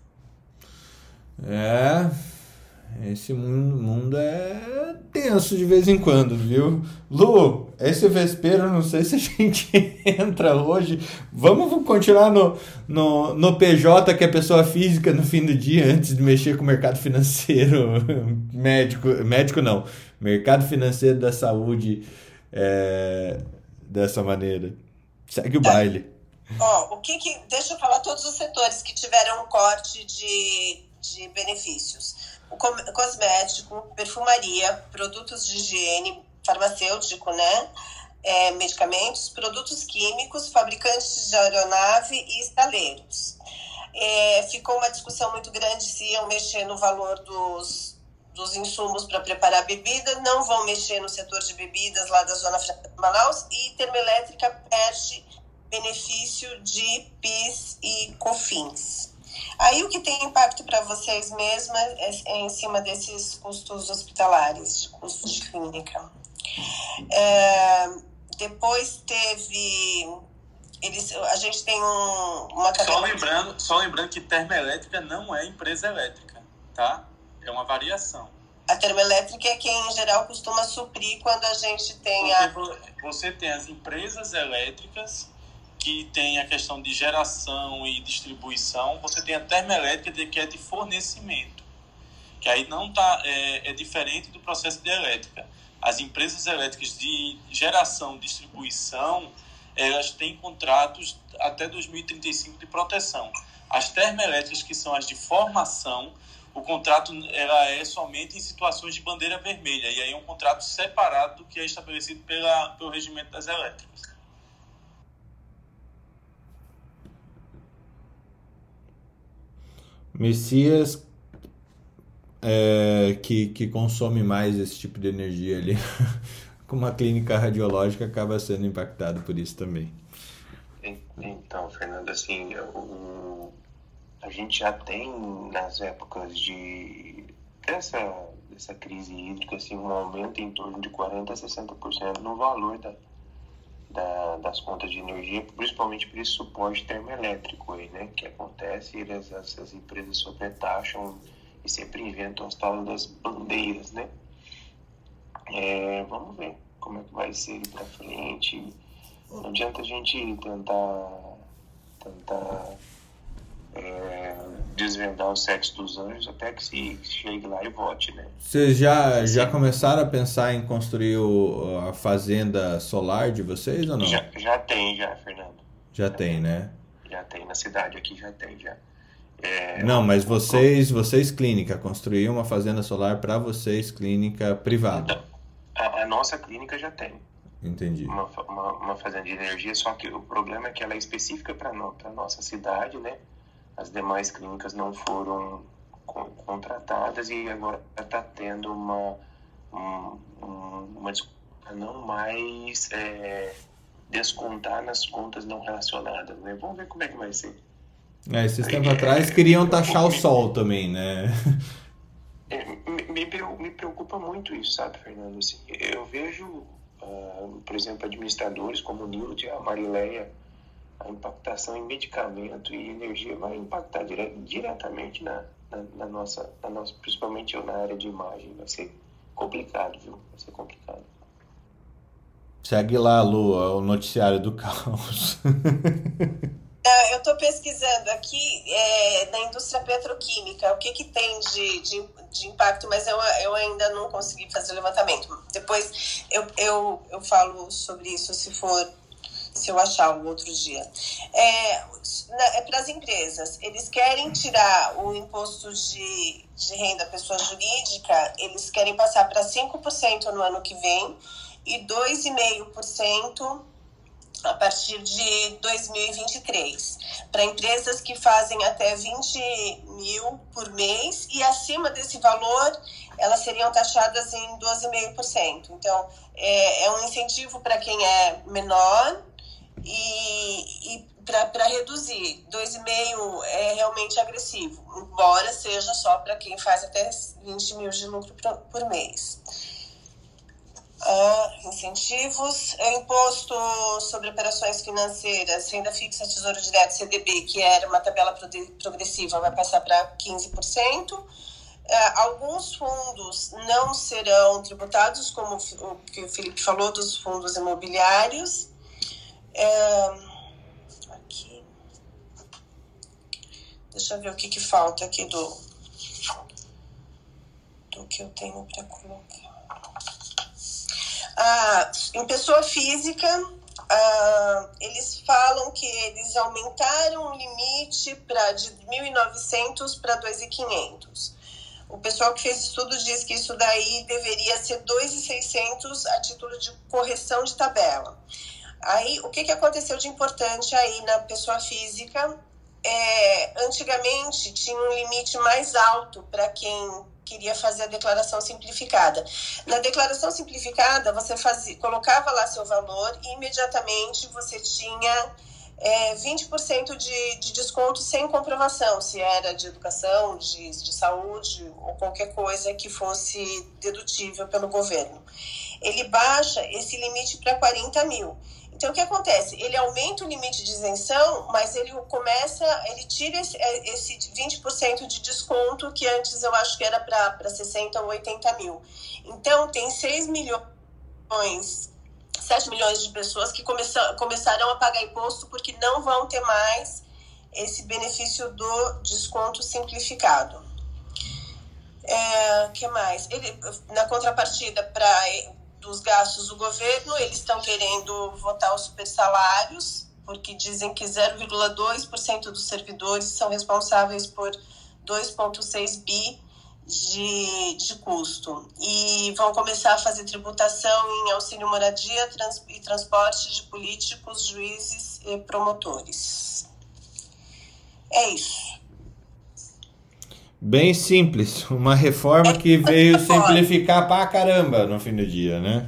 É, esse mundo, mundo é tenso de vez em quando, viu? Lu, esse vespeiro, não sei se a gente entra hoje. Vamos continuar no, no, no P J, que é pessoa física, no fim do dia, antes de mexer com o mercado financeiro, médico, médico não, mercado financeiro da saúde, é, dessa maneira. Segue o baile. Ó, o que que... Deixa eu falar todos os setores que tiveram um corte de, de benefícios. O com- cosmético, perfumaria, produtos de higiene, farmacêutico, né? É, medicamentos, produtos químicos, fabricantes de aeronave e estaleiros. É, ficou uma discussão muito grande se iam mexer no valor dos, dos insumos para preparar bebida, não vão mexer no setor de bebidas lá da Zona Franca de Manaus, e Termoelétrica perde benefício de P I S e COFINS. Aí o que tem impacto para vocês mesmas é, é em cima desses custos hospitalares, de custos de clínica. É, depois teve... Eles, a gente tem um, uma... Só lembrando, só lembrando que Termoelétrica não é empresa elétrica, tá? É uma variação. A termoelétrica é quem, em geral, costuma suprir quando a gente tem a... Porque você tem as empresas elétricas, que tem a questão de geração e distribuição. Você tem a termoelétrica, que é de fornecimento, que aí não tá, é, é diferente do processo de elétrica. As empresas elétricas de geração e distribuição, elas têm contratos até dois mil e trinta e cinco de proteção. As termoelétricas, que são as de formação, o contrato ela é somente em situações de bandeira vermelha, e aí é um contrato separado do que é estabelecido pela, pelo regimento das elétricas. Messias, é, que, que consome mais esse tipo de energia ali, com uma clínica radiológica, acaba sendo impactado por isso também. Então, Fernando, assim, o, a gente já tem, nas épocas de dessa, dessa crise hídrica, assim, um aumento em torno de quarenta a sessenta por cento no valor da, da, das contas de energia, principalmente por esse suporte termoelétrico aí, né, que acontece, e as, as empresas sobretaxam e sempre inventam as talas das bandeiras, né. É, vamos ver como é que vai ser para frente. Não adianta a gente tentar, tentar é, desvendar os sete dos anjos até que se chegue lá e vote, né? Vocês já, já começaram a pensar em construir o, a fazenda solar de vocês ou não? Já, já tem, já, Fernando. Já, já tem, tem, né? Já tem, na cidade aqui já tem, já. É, não, mas vocês, vocês clínica, construir uma fazenda solar para vocês, clínica privada. Então, a, a nossa clínica já tem. Entendi. Uma, uma, uma fazenda de energia, só que o problema é que ela é específica para a nossa cidade, né? As demais clínicas não foram con- contratadas e agora está tendo uma, um, uma discussão não mais é, descontar nas contas não relacionadas, né? Vamos ver como é que vai ser. É, esses tempos é, atrás queriam taxar o sol também, né? É, me, me, me preocupa muito isso, sabe, Fernando? Assim, eu vejo... Uh, por exemplo, administradores como o Nilde, a Marileia, a impactação em medicamento e energia vai impactar dire- diretamente na, na, na, nossa, na nossa, principalmente eu na área de imagem. Vai ser complicado, viu? Vai ser complicado. Segue lá, Lu, o noticiário do caos. Eu estou pesquisando aqui é, na indústria petroquímica, o que, que tem de, de, de impacto, mas eu, eu ainda não consegui fazer o levantamento. Depois eu, eu, eu falo sobre isso, se for, se eu achar o outro dia. É, é para as empresas. Eles querem tirar o imposto de, de renda pessoa jurídica, eles querem passar para cinco por cento no ano que vem e dois vírgula cinco por cento a partir de dois mil e vinte e três. Para empresas que fazem até vinte mil por mês e acima desse valor, elas seriam taxadas em doze vírgula cinco por cento. Então, é, é um incentivo para quem é menor e, e para reduzir. dois vírgula cinco é realmente agressivo, embora seja só para quem faz até vinte mil de lucro por, por mês. Uh, incentivos, é imposto sobre operações financeiras, renda fixa, tesouro direto, C D B, que era uma tabela progressiva, vai passar para quinze por cento. Uh, alguns fundos não serão tributados, como o que o Felipe falou, dos fundos imobiliários. Uh, aqui. Deixa eu ver o que, que falta aqui do, do que eu tenho para colocar. Ah, em pessoa física, ah, eles falam que eles aumentaram o limite pra, de mil e novecentos para dois mil e quinhentos. O pessoal que fez estudo diz que isso daí deveria ser dois mil e seiscentos a título de correção de tabela. Aí, o que, que aconteceu de importante aí na pessoa física? É, antigamente tinha um limite mais alto para quem queria fazer a declaração simplificada. Na declaração simplificada, você fazia, colocava lá seu valor e imediatamente você tinha é, vinte por cento de, de desconto sem comprovação, se era de educação, de, de saúde ou qualquer coisa que fosse dedutível pelo governo. Ele baixa esse limite para quarenta mil. Então, o que acontece? Ele aumenta o limite de isenção, mas ele começa, ele tira esse, esse vinte por cento de desconto, que antes eu acho que era para sessenta ou oitenta mil. Então, tem seis milhões, sete milhões de pessoas que começam, começaram a pagar imposto porque não vão ter mais esse benefício do desconto simplificado. O é, que mais? Ele, na contrapartida, para... dos gastos do governo, eles estão querendo votar os supersalários, porque dizem que zero vírgula dois por cento dos servidores são responsáveis por dois vírgula seis bi de, de custo. E vão começar a fazer tributação em auxílio moradia trans, e transporte de políticos, juízes e promotores. É isso. Bem simples, uma reforma que veio simplificar pra caramba no fim do dia, né?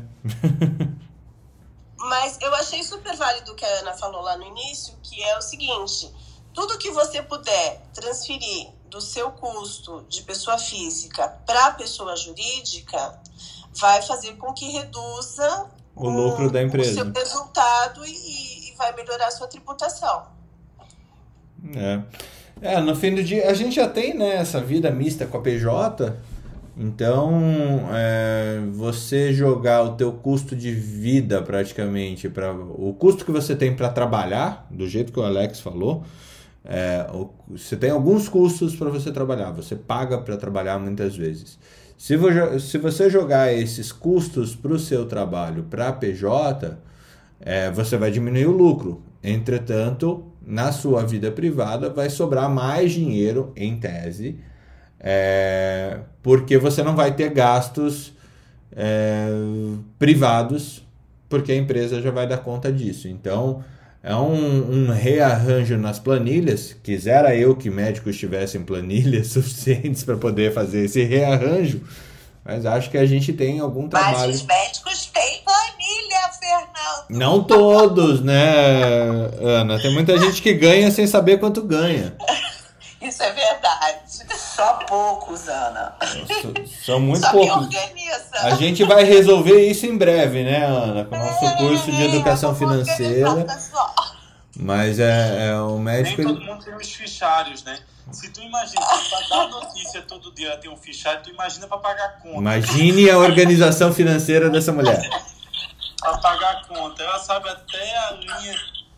Mas eu achei super válido o que a Ana falou lá no início, que é o seguinte: tudo que você puder transferir do seu custo de pessoa física para pessoa jurídica vai fazer com que reduza o lucro da empresa, o seu resultado e, e vai melhorar a sua tributação. É. É, no fim do dia, a gente já tem, né, essa vida mista com a P J, então é, você jogar o teu custo de vida praticamente, pra, o custo que você tem para trabalhar, do jeito que o Alex falou, é, o, você tem alguns custos para você trabalhar, você paga para trabalhar muitas vezes. Se, vo, se você jogar esses custos para o seu trabalho para a P J, é, você vai diminuir o lucro. Entretanto, na sua vida privada vai sobrar mais dinheiro, em tese, é, porque você não vai ter gastos é, privados, porque a empresa já vai dar conta disso. Então, é um, um rearranjo nas planilhas. Quisera eu que médicos tivessem planilhas suficientes para poder fazer esse rearranjo, mas acho que a gente tem algum trabalho... Mas os médicos têm planilha, Fernando. Não todos, né, Ana? Tem muita gente que ganha sem saber quanto ganha. Isso é verdade. Só poucos, Ana. São muito Só poucos. que organiza. A gente vai resolver isso em breve, né, Ana? Com o nosso É, curso de educação vamos financeira. organizar, pessoal. Mas é, é o Nem médico... todo mundo tem os fichários, né? Se tu imagina, para dar notícia todo dia tem um fichário, tu imagina para pagar a conta. Imagine a organização financeira dessa mulher. Para pagar a conta. Ela sabe até a linha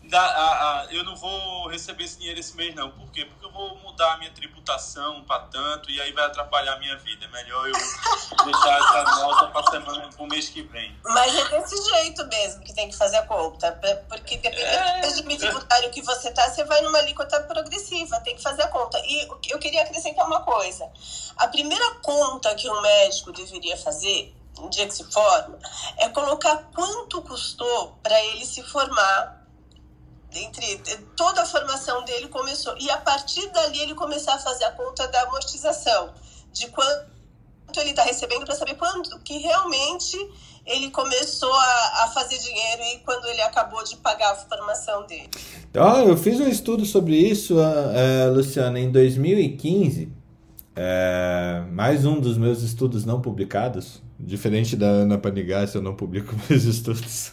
Da, a, a, eu não vou receber esse dinheiro esse mês, não. Por quê? Porque eu vou mudar a minha tributação para tanto e aí vai atrapalhar a minha vida. É melhor eu deixar essa nota para semana, para o mês que vem. Mas é desse jeito mesmo que tem que fazer a conta. Porque dependendo é, do regime tributário que você tá, você vai numa alíquota progressiva, tem que fazer a conta. E eu queria acrescentar uma coisa. A primeira conta que um médico deveria fazer, no dia que se forma, é colocar quanto custou para ele se formar. Entre toda a formação dele começou, e a partir dali ele começar a fazer a conta da amortização, de quanto ele está recebendo, para saber quanto que realmente ele começou a, a fazer dinheiro e quando ele acabou de pagar a formação dele. Então, eu fiz um estudo sobre isso, uh, Luciana, em dois mil e quinze, uh, mais um dos meus estudos não publicados. Diferente da Ana Panigassi, eu não publico meus estudos.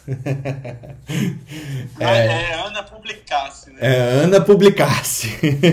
é, é Ana Publicasse, né? É Ana Publicasse.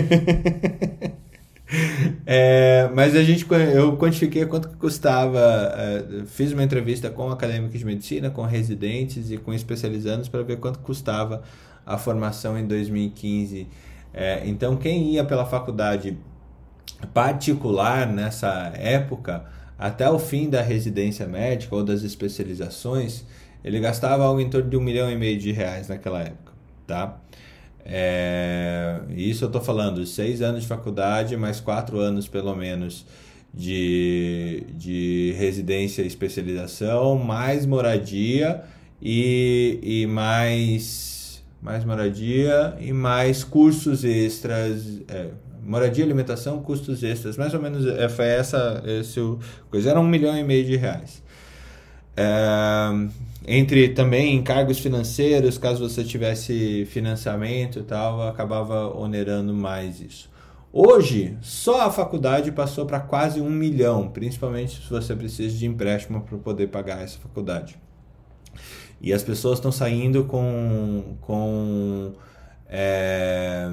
é, mas a gente, eu quantifiquei quanto que custava. É, fiz uma entrevista com acadêmicos de medicina, com residentes e com especializandos para ver quanto custava a formação em dois mil e quinze. É, então, quem ia pela faculdade particular nessa época, até o fim da residência médica ou das especializações, ele gastava algo em torno de um milhão e meio de reais naquela época, tá? É, isso eu estou falando, seis anos de faculdade, mais quatro anos pelo menos de, de residência e especialização, mais moradia e, e mais, mais moradia e mais cursos extras, é, moradia, alimentação, custos extras, mais ou menos foi essa, esse, coisa, era um milhão e meio de reais. É, entre também encargos financeiros, caso você tivesse financiamento e tal, acabava onerando mais isso. Hoje, só a faculdade passou para quase um milhão, principalmente se você precisa de empréstimo para poder pagar essa faculdade. E as pessoas estão saindo com... com é,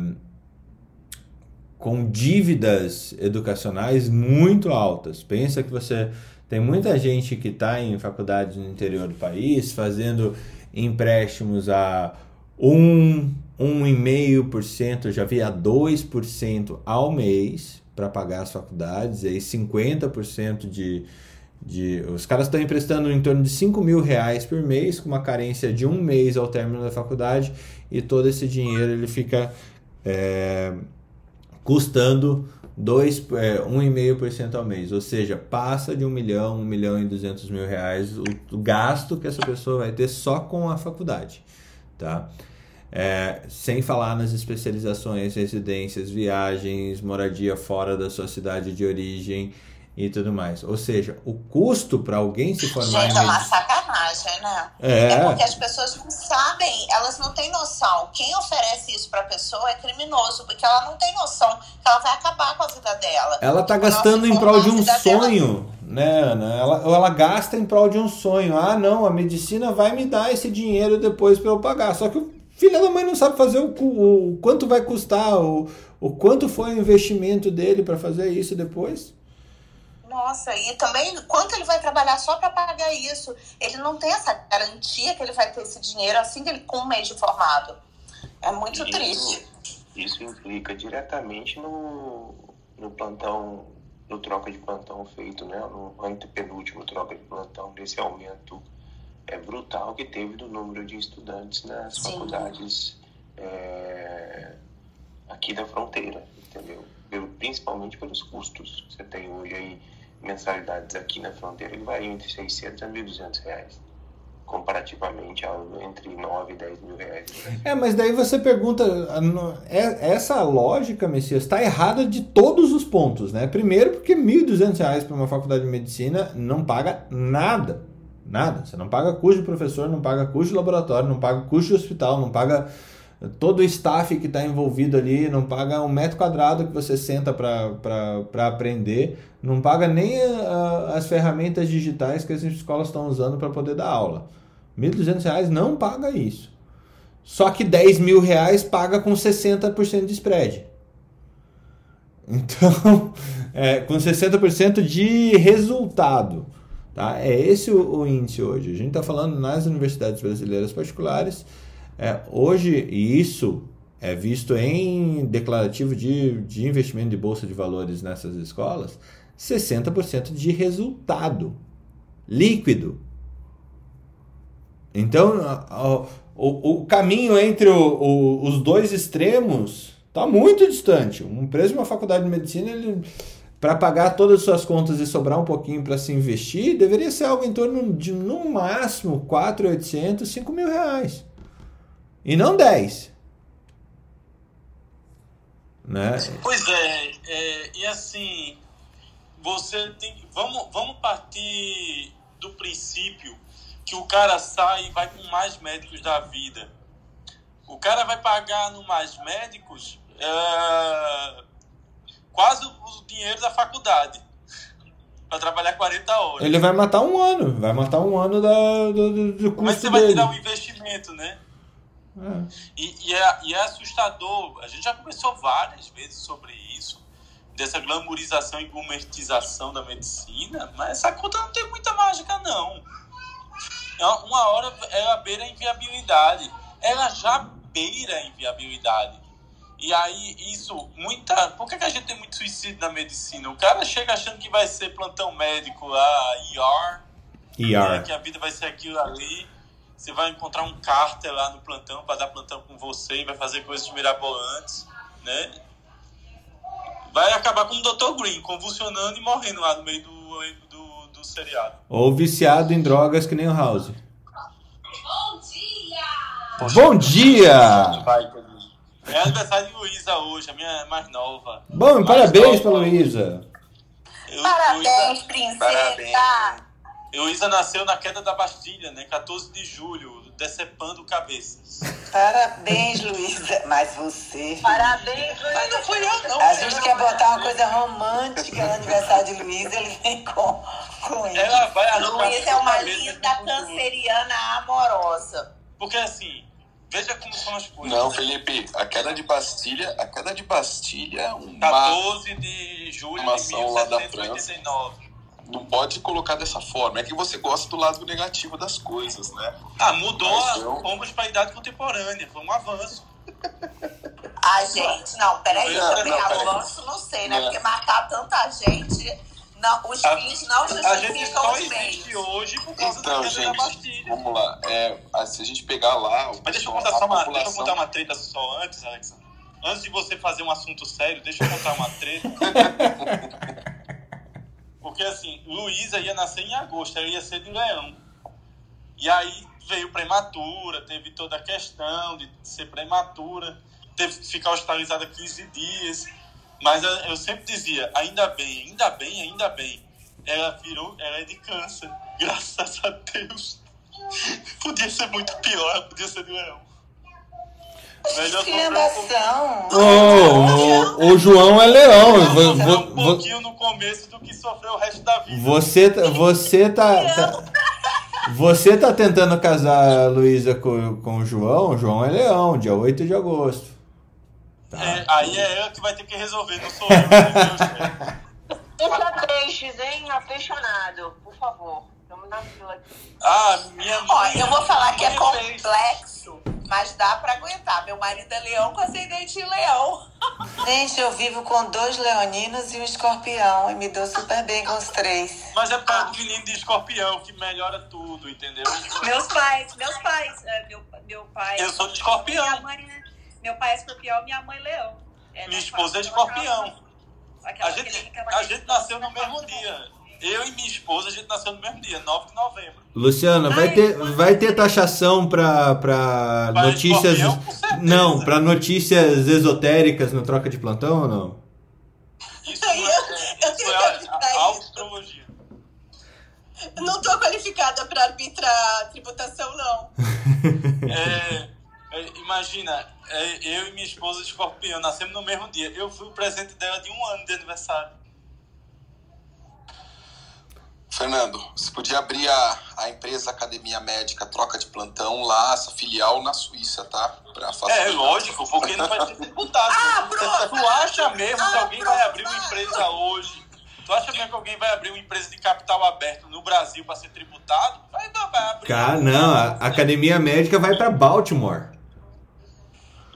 com dívidas educacionais muito altas. Pensa que você tem muita gente que está em faculdades no interior do país fazendo empréstimos a um, um vírgula cinco por cento, já vi a dois por cento ao mês para pagar as faculdades, e aí cinquenta por cento de, de... Os caras estão emprestando em torno de cinco mil reais por mês, com uma carência de um mês ao término da faculdade, e todo esse dinheiro ele fica... É, custando dois, é, um vírgula cinco por cento ao mês, ou seja, passa de um milhão, um milhão e duzentos mil reais o, o gasto que essa pessoa vai ter só com a faculdade, tá? É, sem falar nas especializações, residências, viagens, moradia fora da sua cidade de origem e tudo mais. Ou seja, o custo para alguém se formar... Gente, em é uma sacanagem, né? É. é porque as pessoas não sabem, elas não têm noção. Quem oferece isso para a pessoa é criminoso, porque ela não tem noção que ela vai acabar com a vida dela. Ela tá gastando em prol de um sonho, né, Ana? Ela, ela gasta em prol de um sonho. Ah, não, a medicina vai me dar esse dinheiro depois para eu pagar. Só que o filho da mãe não sabe fazer o, o, o quanto vai custar, o, o quanto foi o investimento dele para fazer isso depois. Nossa, e também quanto ele vai trabalhar só para pagar isso? Ele não tem essa garantia que ele vai ter esse dinheiro assim que ele com um mês de formado. É muito isso, triste. Isso implica diretamente no, no plantão, no troca de plantão feito, né? No antepenúltimo troca de plantão, desse aumento é, brutal que teve do número de estudantes nas Sim. faculdades é, aqui da fronteira, entendeu? Principalmente pelos custos. Você tem hoje aí mensalidades aqui na fronteira que variam entre seiscentos a mil e duzentos reais, comparativamente a entre nove e dez mil reais. É, mas daí você pergunta, essa lógica, Messias, está errada de todos os pontos, né? Primeiro porque mil e duzentos reais para uma faculdade de medicina não paga nada, nada. Você não paga custo de professor, não paga custo de laboratório, não paga custo de hospital, não paga todo o staff que está envolvido ali, não paga um metro quadrado que você senta para aprender, não paga nem a, as ferramentas digitais que as escolas estão usando para poder dar aula. mil e duzentos reais não paga isso. Só que dez mil reais paga com sessenta por cento de spread. Então, é, com sessenta por cento de resultado. Tá? É esse o, o índice hoje. A gente está falando nas universidades brasileiras particulares. É, hoje, e isso é visto em declarativo de, de investimento de bolsa de valores nessas escolas, sessenta por cento de resultado líquido. Então, o, o, o caminho entre o, o, os dois extremos está muito distante. Um preço de uma faculdade de medicina, para pagar todas as suas contas e sobrar um pouquinho para se investir, deveria ser algo em torno de, no máximo, quatro mil e oitocentos, cinco mil reais. E não dez. Né? Pois é, é, e assim, você tem, vamos, vamos partir do princípio que o cara sai e vai com mais médicos da vida. O cara vai pagar no mais médicos é, quase o dinheiro da faculdade para trabalhar quarenta horas. Ele vai matar um ano, vai matar um ano da, do, do custo dele. Como é que você vai tirar o investimento, né? É. E, e, é, e é assustador. A gente já conversou várias vezes sobre isso, dessa glamourização e gourmetização da medicina, mas essa conta não tem muita mágica, não. Uma hora ela beira a inviabilidade. Ela já beira a inviabilidade. E aí, isso, muita... Por que, que a gente tem muito suicídio na medicina? O cara chega achando que vai ser plantão médico, a E R, E R. Né, que a vida vai ser aquilo ali. Você vai encontrar um cárter lá no plantão para dar plantão com você e vai fazer coisas mirabolantes, né? Vai acabar com o doutor Green, convulsionando e morrendo lá no meio do, do, do seriado. Ou viciado em drogas que nem o House. Bom dia! Poxa, bom dia! É aniversário de Luísa hoje, a minha mais nova. Bom, mais parabéns pra nova. Luísa. Parabéns, princesa! Parabéns. Luísa nasceu na queda da Bastilha, né? quatorze de julho, decepando cabeças. Parabéns, Luísa. Mas você... Parabéns, Luísa. Mas não fui eu, não. A gente quer botar uma coisa romântica no aniversário de Luísa, ele vem com, com isso. Ela vai arrancar Luísa é uma a cabeça linda de tudo. canceriana amorosa. Porque assim, veja como são as coisas. Não, né? Felipe, a queda de Bastilha, a queda de Bastilha é uma... quatorze de julho uma de ação mil lá da setecentos e oitenta e nove. Não pode colocar dessa forma. É que você gosta do lado negativo das coisas, né? Ah, mudou, Mas eu- fomos para a idade contemporânea, foi um avanço. Ai, gente, não, peraí, Não, também não, peraí. avanço, não sei, né? Não. Porque matar tanta gente, não, os A- fins não A gente justificam só os existe meios. hoje por causa Então, da queda da gente, Bastilha. vamos lá. É, ah, se a gente pegar lá... o Mas deixa eu pessoal- contar a só uma, deixa eu população- contar uma treta só antes, Alexa. Antes de você fazer um assunto sério, deixa eu contar uma treta. Porque assim, Luísa ia nascer em agosto, ela ia ser de leão. E aí veio prematura, teve toda a questão de ser prematura, teve que ficar hospitalizada quinze dias. Mas eu, eu sempre dizia, ainda bem, ainda bem, ainda bem. Ela virou, ela é de câncer, graças a Deus. Podia ser muito pior, ela podia ser de leão. Melhor sofrer um pouquinho, Esclamação. Oh, o, o João é leão. Vo- sofrer vo- um vo- pouquinho no começo do que sofrer o resto da vida. Você, tá- você tá, tá- você tá tentando casar a Luísa com, com o João. O João é leão, dia oito de agosto. É, aí é ela que vai ter que resolver, não sou eu. Entendeu? Deixa peixes, hein? Apaixonado, por favor. Vamos na fila aqui. Ah, minha Ó, mãe. eu vou falar que é minha mãe fez. complexo, mas dá pra aguentar. Meu marido é leão com ascendente em leão. Gente, eu vivo com dois leoninos e um escorpião e me dou super bem com os três. Mas é por causa do menino de escorpião que melhora tudo, entendeu? Meus pais, meus pais. é, meu, meu pai. Eu sou de escorpião. Minha mãe, né? Meu pai é escorpião, minha mãe leão. É, Minha né, esposa é aquela- escorpião. aquela A gente, clínica, a gente nasceu no mesmo dia. Eu e minha esposa, a gente nasceu no mesmo dia, nove de novembro. Luciana, vai Ai, ter, quando- vai ter taxação para para Para notícias. escorpião, com certeza. Não, para notícias esotéricas no troca de plantão ou não? Isso, Eu- é, eu isso tenho é que a, arbitrar a, isso. astrologia. Não estou qualificada para arbitrar tributação, não. É, é, imagina, é, eu e minha esposa escorpião nascemos no mesmo dia. Eu fui o presente dela de um ano de aniversário. Fernando, você podia abrir a, a empresa Academia Médica Troca de Plantão lá, essa filial na Suíça, tá? Pra É, facilitar. lógico, porque não vai ser tributado. Ah, pronto. Tu acha mesmo que Ah, alguém vai abrir uma pronto. empresa hoje? Tu acha mesmo que alguém vai abrir uma empresa de capital aberto no Brasil para ser tributado? Vai, não, vai abrir. Cara, não, a Academia Médica vai para Baltimore.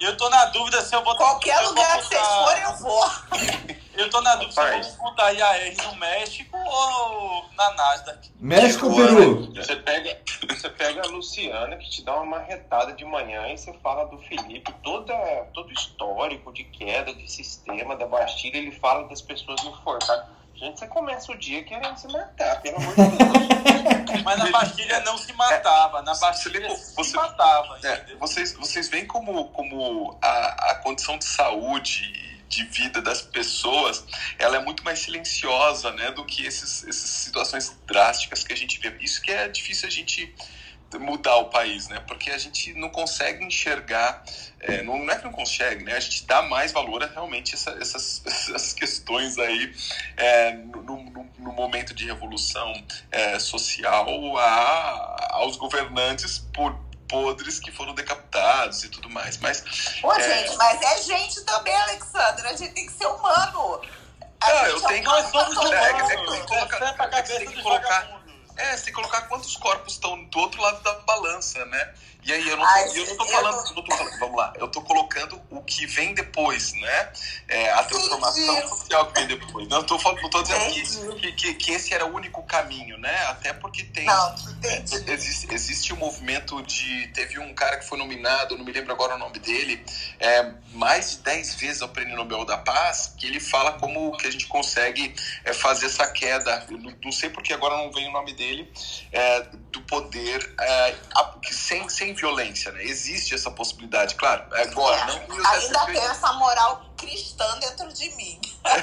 Eu tô na dúvida se eu vou... Qualquer eu lugar vou que vocês forem, eu vou. Eu tô na dúvida se eu vou disputar I A R no México ou na Nasdaq. México ou Peru? Você pega, você pega a Luciana, que te dá uma marretada de manhã, e você fala do Felipe, toda, todo o histórico de queda de sistema da Bastilha, ele fala das pessoas enforcadas. Gente, você começa o dia querendo se matar, pelo amor de Deus. Mas na Bastilha não se matava, na Bastilha se você, matava. É, vocês, vocês veem como, como a, a condição de saúde, de vida das pessoas, ela é muito mais silenciosa, né, do que esses, essas situações drásticas que a gente vê. Isso que é difícil a gente mudar o país, né, porque a gente não consegue enxergar, é, não, não é que não consegue, né, a gente dá mais valor a realmente essa, essas, essas questões aí é, no, no, no momento de revolução é, social a, aos governantes por podres que foram decapitados e tudo mais, mas... Pô, é... gente, mas é gente também, Alexandre, a gente tem que ser humano. A não, gente eu tenho que... Nós somos é, humanos. é, é, que tem que colocar, é que tem que colocar... É, você tem que colocar quantos corpos estão do outro lado da balança, né? E aí eu não tô, Ai, eu não tô falando, eu não tô falando, vamos lá, eu tô colocando o que vem depois, né? É, a transformação Entendi. social que vem depois. Não tô, não tô dizendo que, que, que esse era o único caminho, né? Até porque tem... Não, é, existe, existe um movimento de... Teve um cara que foi nominado, não me lembro agora o nome dele, é, mais de dez vezes ao Prêmio Nobel da Paz, que ele fala como que a gente consegue é, fazer essa queda, eu não, não sei porque agora não vem o nome dele, é, do poder é, sem, sem violência, né? Existe essa possibilidade, claro. Agora, é, não ainda tem essa moral cristã dentro de mim.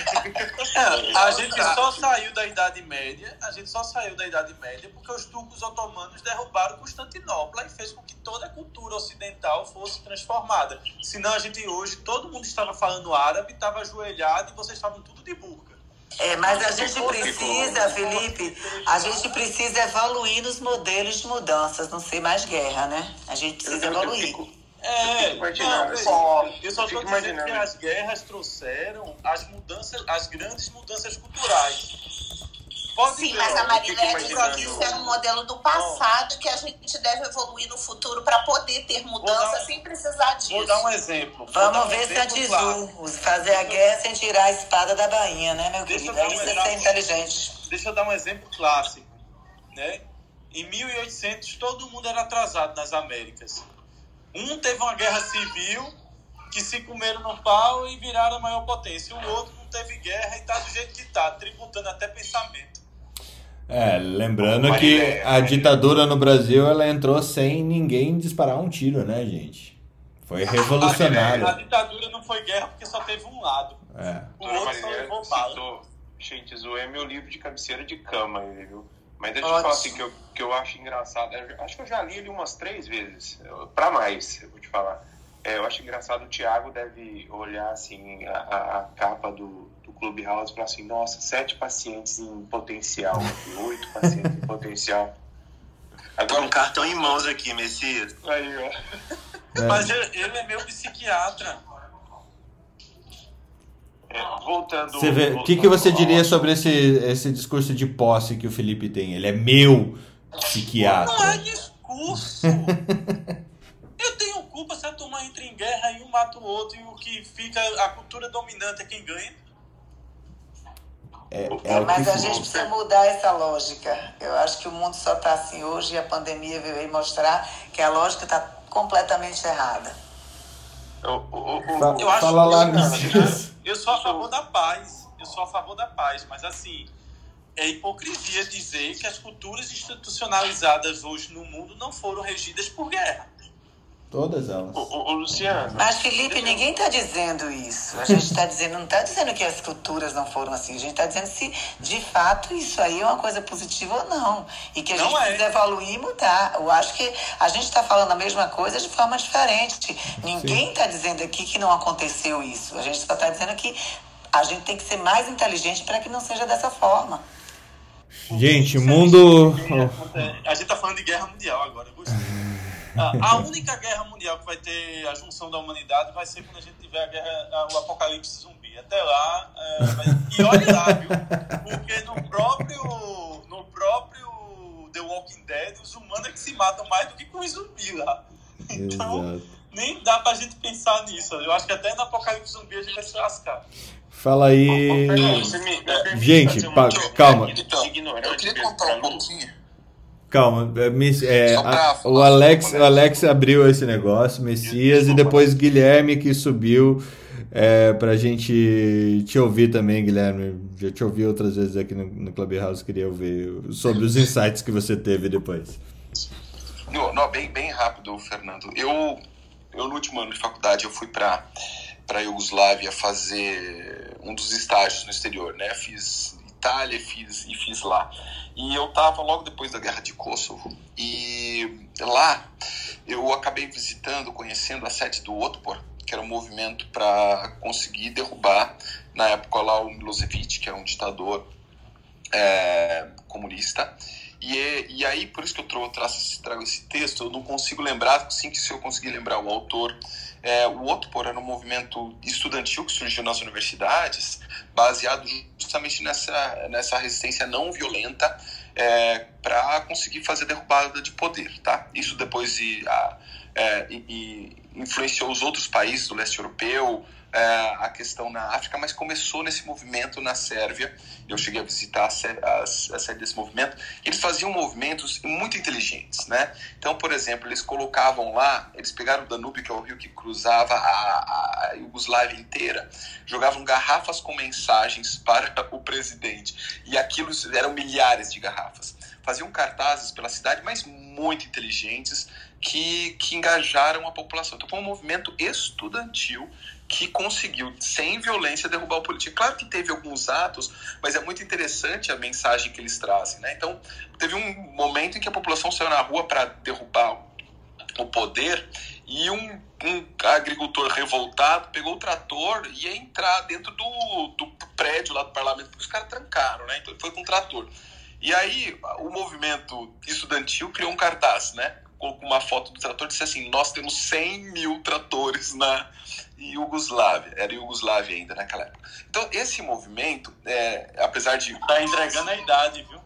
É, a gente só saiu da Idade Média, a gente só saiu da Idade Média porque os turcos otomanos derrubaram Constantinopla e fez com que toda a cultura ocidental fosse transformada. Senão a gente hoje, todo mundo estava falando árabe, estava ajoelhado e vocês estavam tudo de burca. É, mas a gente precisa, Felipe, a gente precisa evoluir nos modelos de mudanças, não ser mais guerra, né? A gente precisa evoluir. É, não, eu só estou dizendo que as guerras trouxeram as mudanças, as grandes mudanças culturais. Pode Sim, ver, mas a Marilé disse que isso é um modelo do passado que a gente deve evoluir no futuro para poder ter mudança dar, sem precisar disso. Vou dar um exemplo. Vamos um ver se a Tizu fazer a guerra sem tirar a espada da bainha, né, meu Deixa querido? Aí você um, é inteligente. Deixa eu dar um exemplo clássico, né? Em mil e oitocentos, todo mundo era atrasado nas Américas. Um teve uma guerra civil que se comeram no pau e viraram a maior potência. O outro não teve guerra e tá do jeito que tá, tributando até pensamento. É, lembrando que a ditadura no Brasil, ela entrou sem ninguém disparar um tiro, né, gente? Foi revolucionária. A, a ditadura não foi guerra porque só teve um lado. É. O outro só levou bala. Gente, Zoe é meu livro de cabeceira de cama, viu? Mas deixa Ótimo. eu falar assim, que eu, que eu acho engraçado. Eu acho que eu já li ele umas três vezes, pra mais, eu vou te falar. É, eu acho engraçado, o Thiago deve olhar assim, a, a, a capa do, do Clubhouse e falar assim, nossa, sete pacientes em potencial, oito pacientes em potencial. Agora um cartão em mãos aqui, Messias. Aí, ó. É. Mas ele é meu psiquiatra. É, voltando... Você vê, o que, que você diria sobre esse, esse discurso de posse que o Felipe tem? Ele é meu psiquiatra. Não é discurso. Eu tenho culpa se a turma entra em guerra e um mata o outro e o que fica, a cultura dominante é quem ganha. É, é mas a gente precisa mudar essa lógica. Eu acho que o mundo só está assim hoje e a pandemia veio aí mostrar que a lógica está completamente errada. Eu, eu, eu, Fala, eu acho fala lá, que eu sou a favor da paz. Eu sou a favor da paz, mas assim, é hipocrisia dizer que as culturas institucionalizadas hoje no mundo não foram regidas por guerra. Todas elas. Ô, ô, ô, Luciano. Mas, Felipe, ninguém está dizendo isso. A gente está dizendo, não está dizendo que as culturas não foram assim. A gente está dizendo se, de fato, isso aí é uma coisa positiva ou não. E que a gente não precisa é. evoluir e mudar. Eu acho que a gente está falando a mesma coisa de forma diferente. Ninguém está dizendo aqui que não aconteceu isso. A gente só está dizendo que a gente tem que ser mais inteligente para que não seja dessa forma. Gente, o mundo... A gente está falando de guerra mundial agora. Eu gostei. A única guerra mundial que vai ter a junção da humanidade vai ser quando a gente tiver a guerra, o apocalipse zumbi. Até lá, é, vai... e olha lá, viu? Porque no próprio, no próprio The Walking Dead, os humanos é que se matam mais do que com os zumbis lá. Então, Exato. nem dá pra gente pensar nisso. Eu acho que até no Apocalipse Zumbi a gente vai se lascar. Fala aí. Gente, pa- calma. Então, eu queria contar um pouquinho. Calma. É, a, o, Alex, o Alex abriu esse negócio, Messias, e depois Guilherme que subiu é, pra gente te ouvir também, Guilherme. Já te ouvi outras vezes aqui no, no Clubhouse, queria ouvir sobre os insights que você teve depois. Não, não, bem, bem rápido, Fernando. Eu, eu, no último ano de faculdade, eu fui para para Iugoslávia fazer um dos estágios no exterior, né? Fiz Itália fiz, e fiz lá. E eu estava logo depois da Guerra de Kosovo. E lá eu acabei visitando, conhecendo a sede do Otpor, que era um movimento para conseguir derrubar, na época lá, o Milosevic, que era um ditador é, comunista. E, e aí, por isso que eu trago, trago esse texto, eu não consigo lembrar, sim que se eu conseguir lembrar o autor, é, o Otpor era um movimento estudantil que surgiu nas universidades, baseado justamente nessa, nessa resistência não violenta é, para conseguir fazer derrubada de poder, tá? Isso depois de, a, é, e, e influenciou os outros países do leste europeu, É, a questão na África, mas começou nesse movimento na Sérvia. Eu cheguei a visitar a, a, a sede desse movimento. Eles faziam movimentos muito inteligentes, né? Então, por exemplo, eles colocavam lá, eles pegaram o Danúbio, que é o rio que cruzava a, a Iugoslávia inteira, jogavam garrafas com mensagens para o presidente, e aquilo eram milhares de garrafas. Faziam cartazes pela cidade, mas muito inteligentes, que, que engajaram a população. Então, foi um movimento estudantil que conseguiu, sem violência, derrubar o político. Claro que teve alguns atos, mas é muito interessante a mensagem que eles trazem, né? Então, teve um momento em que a população saiu na rua para derrubar o poder e um, um agricultor revoltado pegou o trator e ia entrar dentro do, do prédio lá do parlamento, porque os caras trancaram, né? Então, ele foi com o trator. E aí, o movimento estudantil criou um cartaz, né? Com uma foto do trator, disse assim: nós temos cem mil tratores na Iugoslávia. Era Iugoslávia ainda naquela época. Então, esse movimento, é, apesar de... Tá entregando a idade, viu?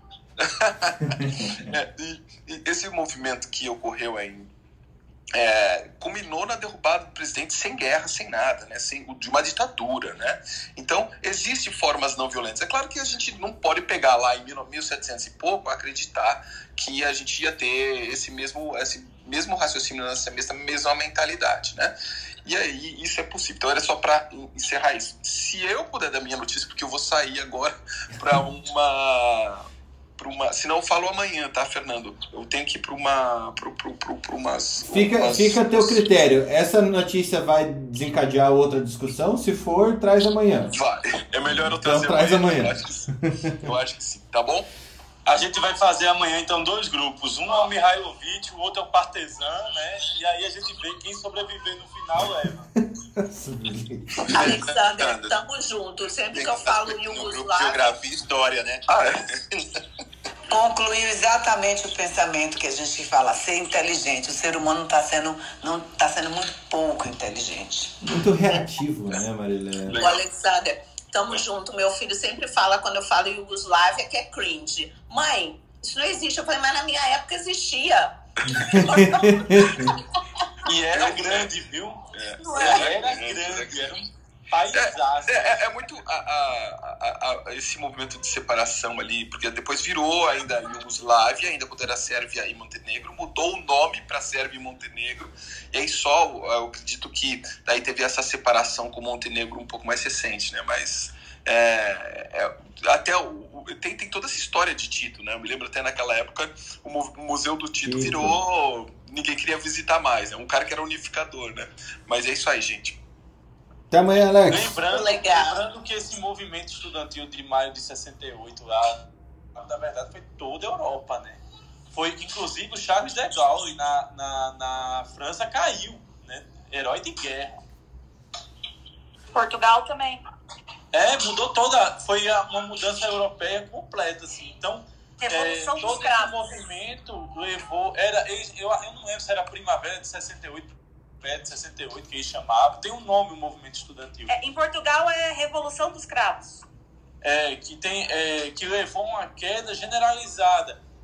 é, e, e esse movimento que ocorreu em... É, culminou na derrubada do presidente sem guerra, sem nada, né? Sem, de uma ditadura, né? Então, existem formas não violentas. É claro que a gente não pode pegar lá em mil e setecentos e pouco, acreditar que a gente ia ter esse mesmo, esse mesmo raciocínio, essa mesma mentalidade, né? E aí, isso é possível. Então, era só para encerrar isso. Se eu puder dar minha notícia, porque eu vou sair agora para uma... Uma, se não, eu falo amanhã, tá, Fernando? Eu tenho que ir para uma... Pra, pra, pra, pra umas, fica, umas... fica a teu critério. Essa notícia vai desencadear outra discussão? Se for, traz amanhã. Vai. É melhor eu então, trazer traz amanhã. amanhã. Eu acho que sim. Eu acho que sim. Tá bom? A gente vai fazer amanhã, então, dois grupos. Um é o Mihailovic, o outro é o Partizan, né? E aí a gente vê quem sobreviver no final leva. Alexander, tamo junto. Sempre que eu falo Iugoslávia... Geografia e história, né? Ah, é. Concluiu exatamente o pensamento que a gente fala, ser inteligente. O ser humano está sendo, não, tá sendo muito pouco inteligente. Muito reativo, né, Marilé? O Alexander, tamo junto. Meu filho sempre fala, quando eu falo Iugoslávia, que é cringe. Mãe, isso não existe. Eu falei, mas na minha época existia. E era grande, viu? É. Não é? Era grande, era um paisaço. É, é, é muito a, a, a, a, esse movimento de separação ali, porque depois virou ainda Iugoslávia, ainda quando era Sérvia e Montenegro, mudou o nome para Sérvia e Montenegro, e aí só, eu acredito que daí teve essa separação com Montenegro um pouco mais recente, né? Mas é, é, até o, tem, tem toda essa história de Tito, né? Eu me lembro até naquela época o Museu do Tito Isso. virou... Ninguém queria visitar mais, né? Um cara que era unificador, né? Mas é isso aí, gente. Até amanhã, Alex. Lembrando, Legal. lembrando que esse movimento estudantil de maio de sessenta e oito lá, na verdade, foi toda a Europa, né? Foi, inclusive, o Charles de Gaulle na, na, na França caiu, né? Herói de guerra. Portugal também. É, mudou toda... Foi uma mudança europeia completa, assim. Então, Revolução é, dos todo esse Cravos. movimento levou... Era, eu, eu não lembro se era a Primavera de sessenta e oito, de sessenta e oito que eles chamavam. Tem um nome o movimento estudantil. É, em Portugal é Revolução dos Cravos. É, que, tem, é, que levou uma queda generalizada.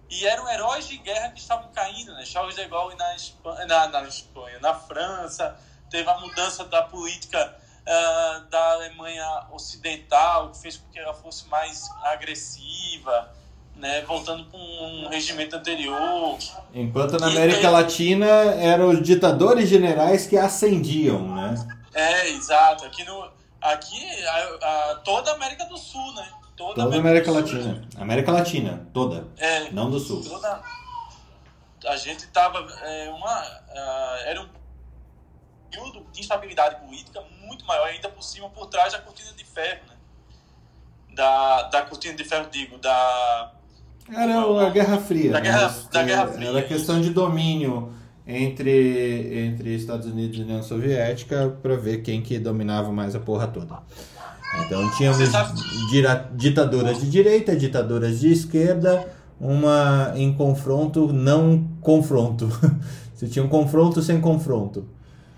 e eram heróis de guerra que estavam caindo, né? Charles de Gaulle na Espanha, na, na, Espanha, na França, teve a mudança da política uh, da Alemanha Ocidental, que fez com que ela fosse mais agressiva, né? Voltando para um regimento anterior. Enquanto na América e, Latina eram os ditadores generais que ascendiam, né? É, exato. Aqui, no, aqui a, a, toda a América do Sul, né? Toda, toda a América, América Latina. Sul. América Latina, toda. É, não do Sul. Toda, a gente estava... É, uma, uh, era um período de instabilidade política muito maior, ainda por cima, por trás da cortina de ferro, né? Da, da cortina de ferro, digo, da... Era a Guerra Fria. Da Guerra, da Guerra Fria. Era questão de domínio entre, entre Estados Unidos e União Soviética para ver quem que dominava mais a porra toda. Então tínhamos ditaduras de direita, ditaduras de esquerda, uma em confronto, não confronto. Você tinha um confronto sem confronto.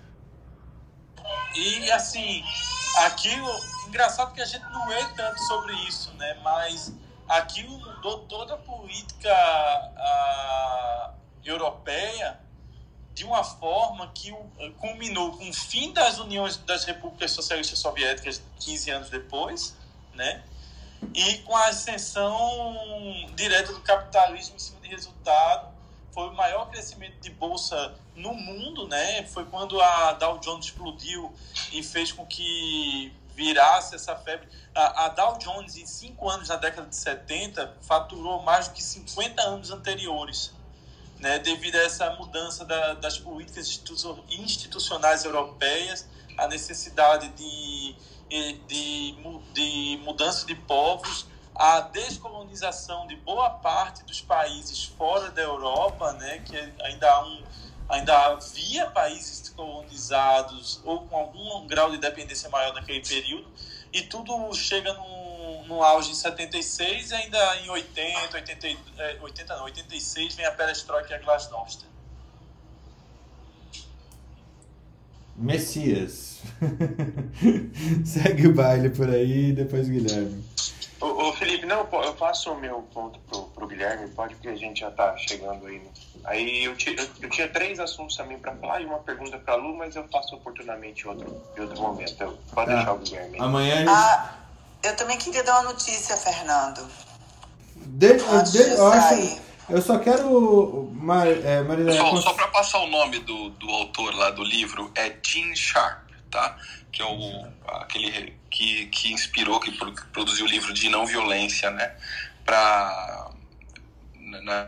E assim, aquilo, engraçado que a gente não lê tanto sobre isso, né? Mas aquilo mudou toda a política a, europeia de uma forma que culminou com o fim das uniões das repúblicas socialistas soviéticas quinze anos depois, né? E com a ascensão direta do capitalismo em cima de resultado. Foi o maior crescimento de bolsa no mundo, né? Foi quando a Dow Jones explodiu e fez com que virasse essa febre. A, a Dow Jones, em cinco anos, na década de setenta, faturou mais do que cinquenta anos anteriores, né, devido a essa mudança da, das políticas institu- institucionais europeias, a necessidade de, de, de mudança de povos, a descolonização de boa parte dos países fora da Europa, né, que ainda, há um, ainda havia países colonizados ou com algum grau de dependência maior naquele período, e tudo chega no, no auge em setenta e seis, e ainda em oitenta, oitenta, oitenta não, oitenta e seis vem a perestroika e a glasnost. Messias. Segue o baile por aí, depois Guilherme. Ô, ô Felipe, não, eu passo o meu ponto pro, pro Guilherme, pode, porque a gente já tá chegando aí. Né? Aí eu, eu, eu tinha três assuntos também para falar e uma pergunta para a Lu, mas eu faço oportunamente em outro, em outro momento. Eu, pode ah, deixar o Guilherme. Amanhã a gente... ah, eu também queria dar uma notícia, Fernando. De, de, de, eu, acho, eu só quero... Mar, é, Maria, só só para passar o nome do, do autor lá do livro, é Gene Sharp, tá? Que é o, aquele que, que inspirou, que produziu o livro de não violência, né? Para... Na,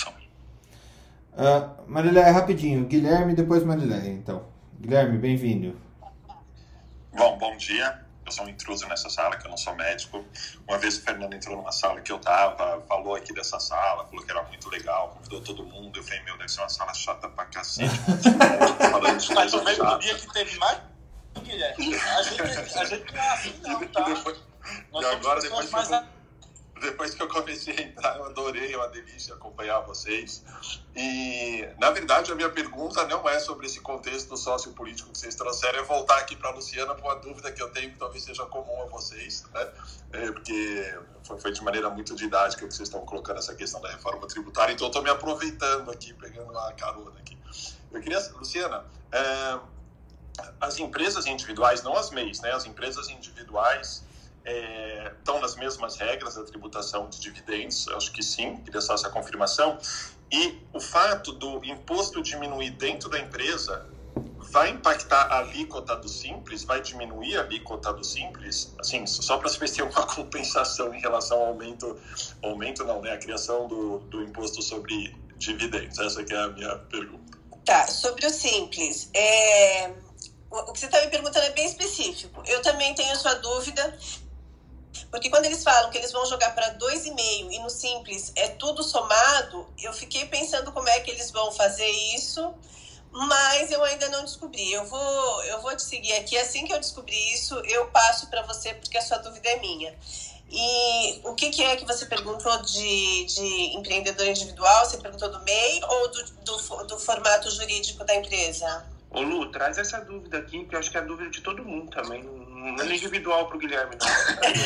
Uh, Marilé, rapidinho. Guilherme, depois Marilé, então. Guilherme, bem-vindo. Bom, bom dia. Eu sou um intruso nessa sala, que eu não sou médico. Uma vez o Fernando entrou numa sala que eu tava, falou aqui dessa sala, falou que era muito legal, convidou todo mundo. Eu falei, meu, deve ser uma sala chata pra cacete. Mas tu veio no dia que teve mais, Guilherme. A gente, a gente não é assim, não, tá? Nós e agora, depois mais... que eu... Depois que eu comecei a entrar, eu adorei, é uma delícia acompanhar vocês. E, na verdade, a minha pergunta não é sobre esse contexto sociopolítico que vocês trouxeram, é voltar aqui para a Luciana com uma dúvida que eu tenho, que talvez seja comum a vocês, né? É, porque foi, foi de maneira muito didática que vocês estão colocando essa questão da reforma tributária, então eu estou me aproveitando aqui, pegando a carona aqui. Eu queria, Luciana, é, as empresas individuais, não as M E Is, né? As empresas individuais... É, estão nas mesmas regras da tributação de dividendos? Acho que sim, queria só essa confirmação. E o fato do imposto diminuir dentro da empresa vai impactar a alíquota do Simples? Vai diminuir a alíquota do Simples? Assim, só para saber se tem uma compensação em relação ao aumento, aumento não, né? A criação do, do imposto sobre dividendos. Essa que é a minha pergunta. Tá, sobre o Simples, é... o que você está me perguntando é bem específico. Eu também tenho sua dúvida. Porque quando eles falam que eles vão jogar para dois vírgula cinco e no Simples é tudo somado, eu fiquei pensando como é que eles vão fazer isso, mas eu ainda não descobri. Eu vou, eu vou te seguir aqui, assim que eu descobrir isso, eu passo para você, porque a sua dúvida é minha. E o que, que é que você perguntou de, de empreendedor individual? Você perguntou do M E I ou do, do, do formato jurídico da empresa? Ô Lu, traz essa dúvida aqui, que eu acho que é a dúvida de todo mundo também. Não é individual pro Guilherme, não.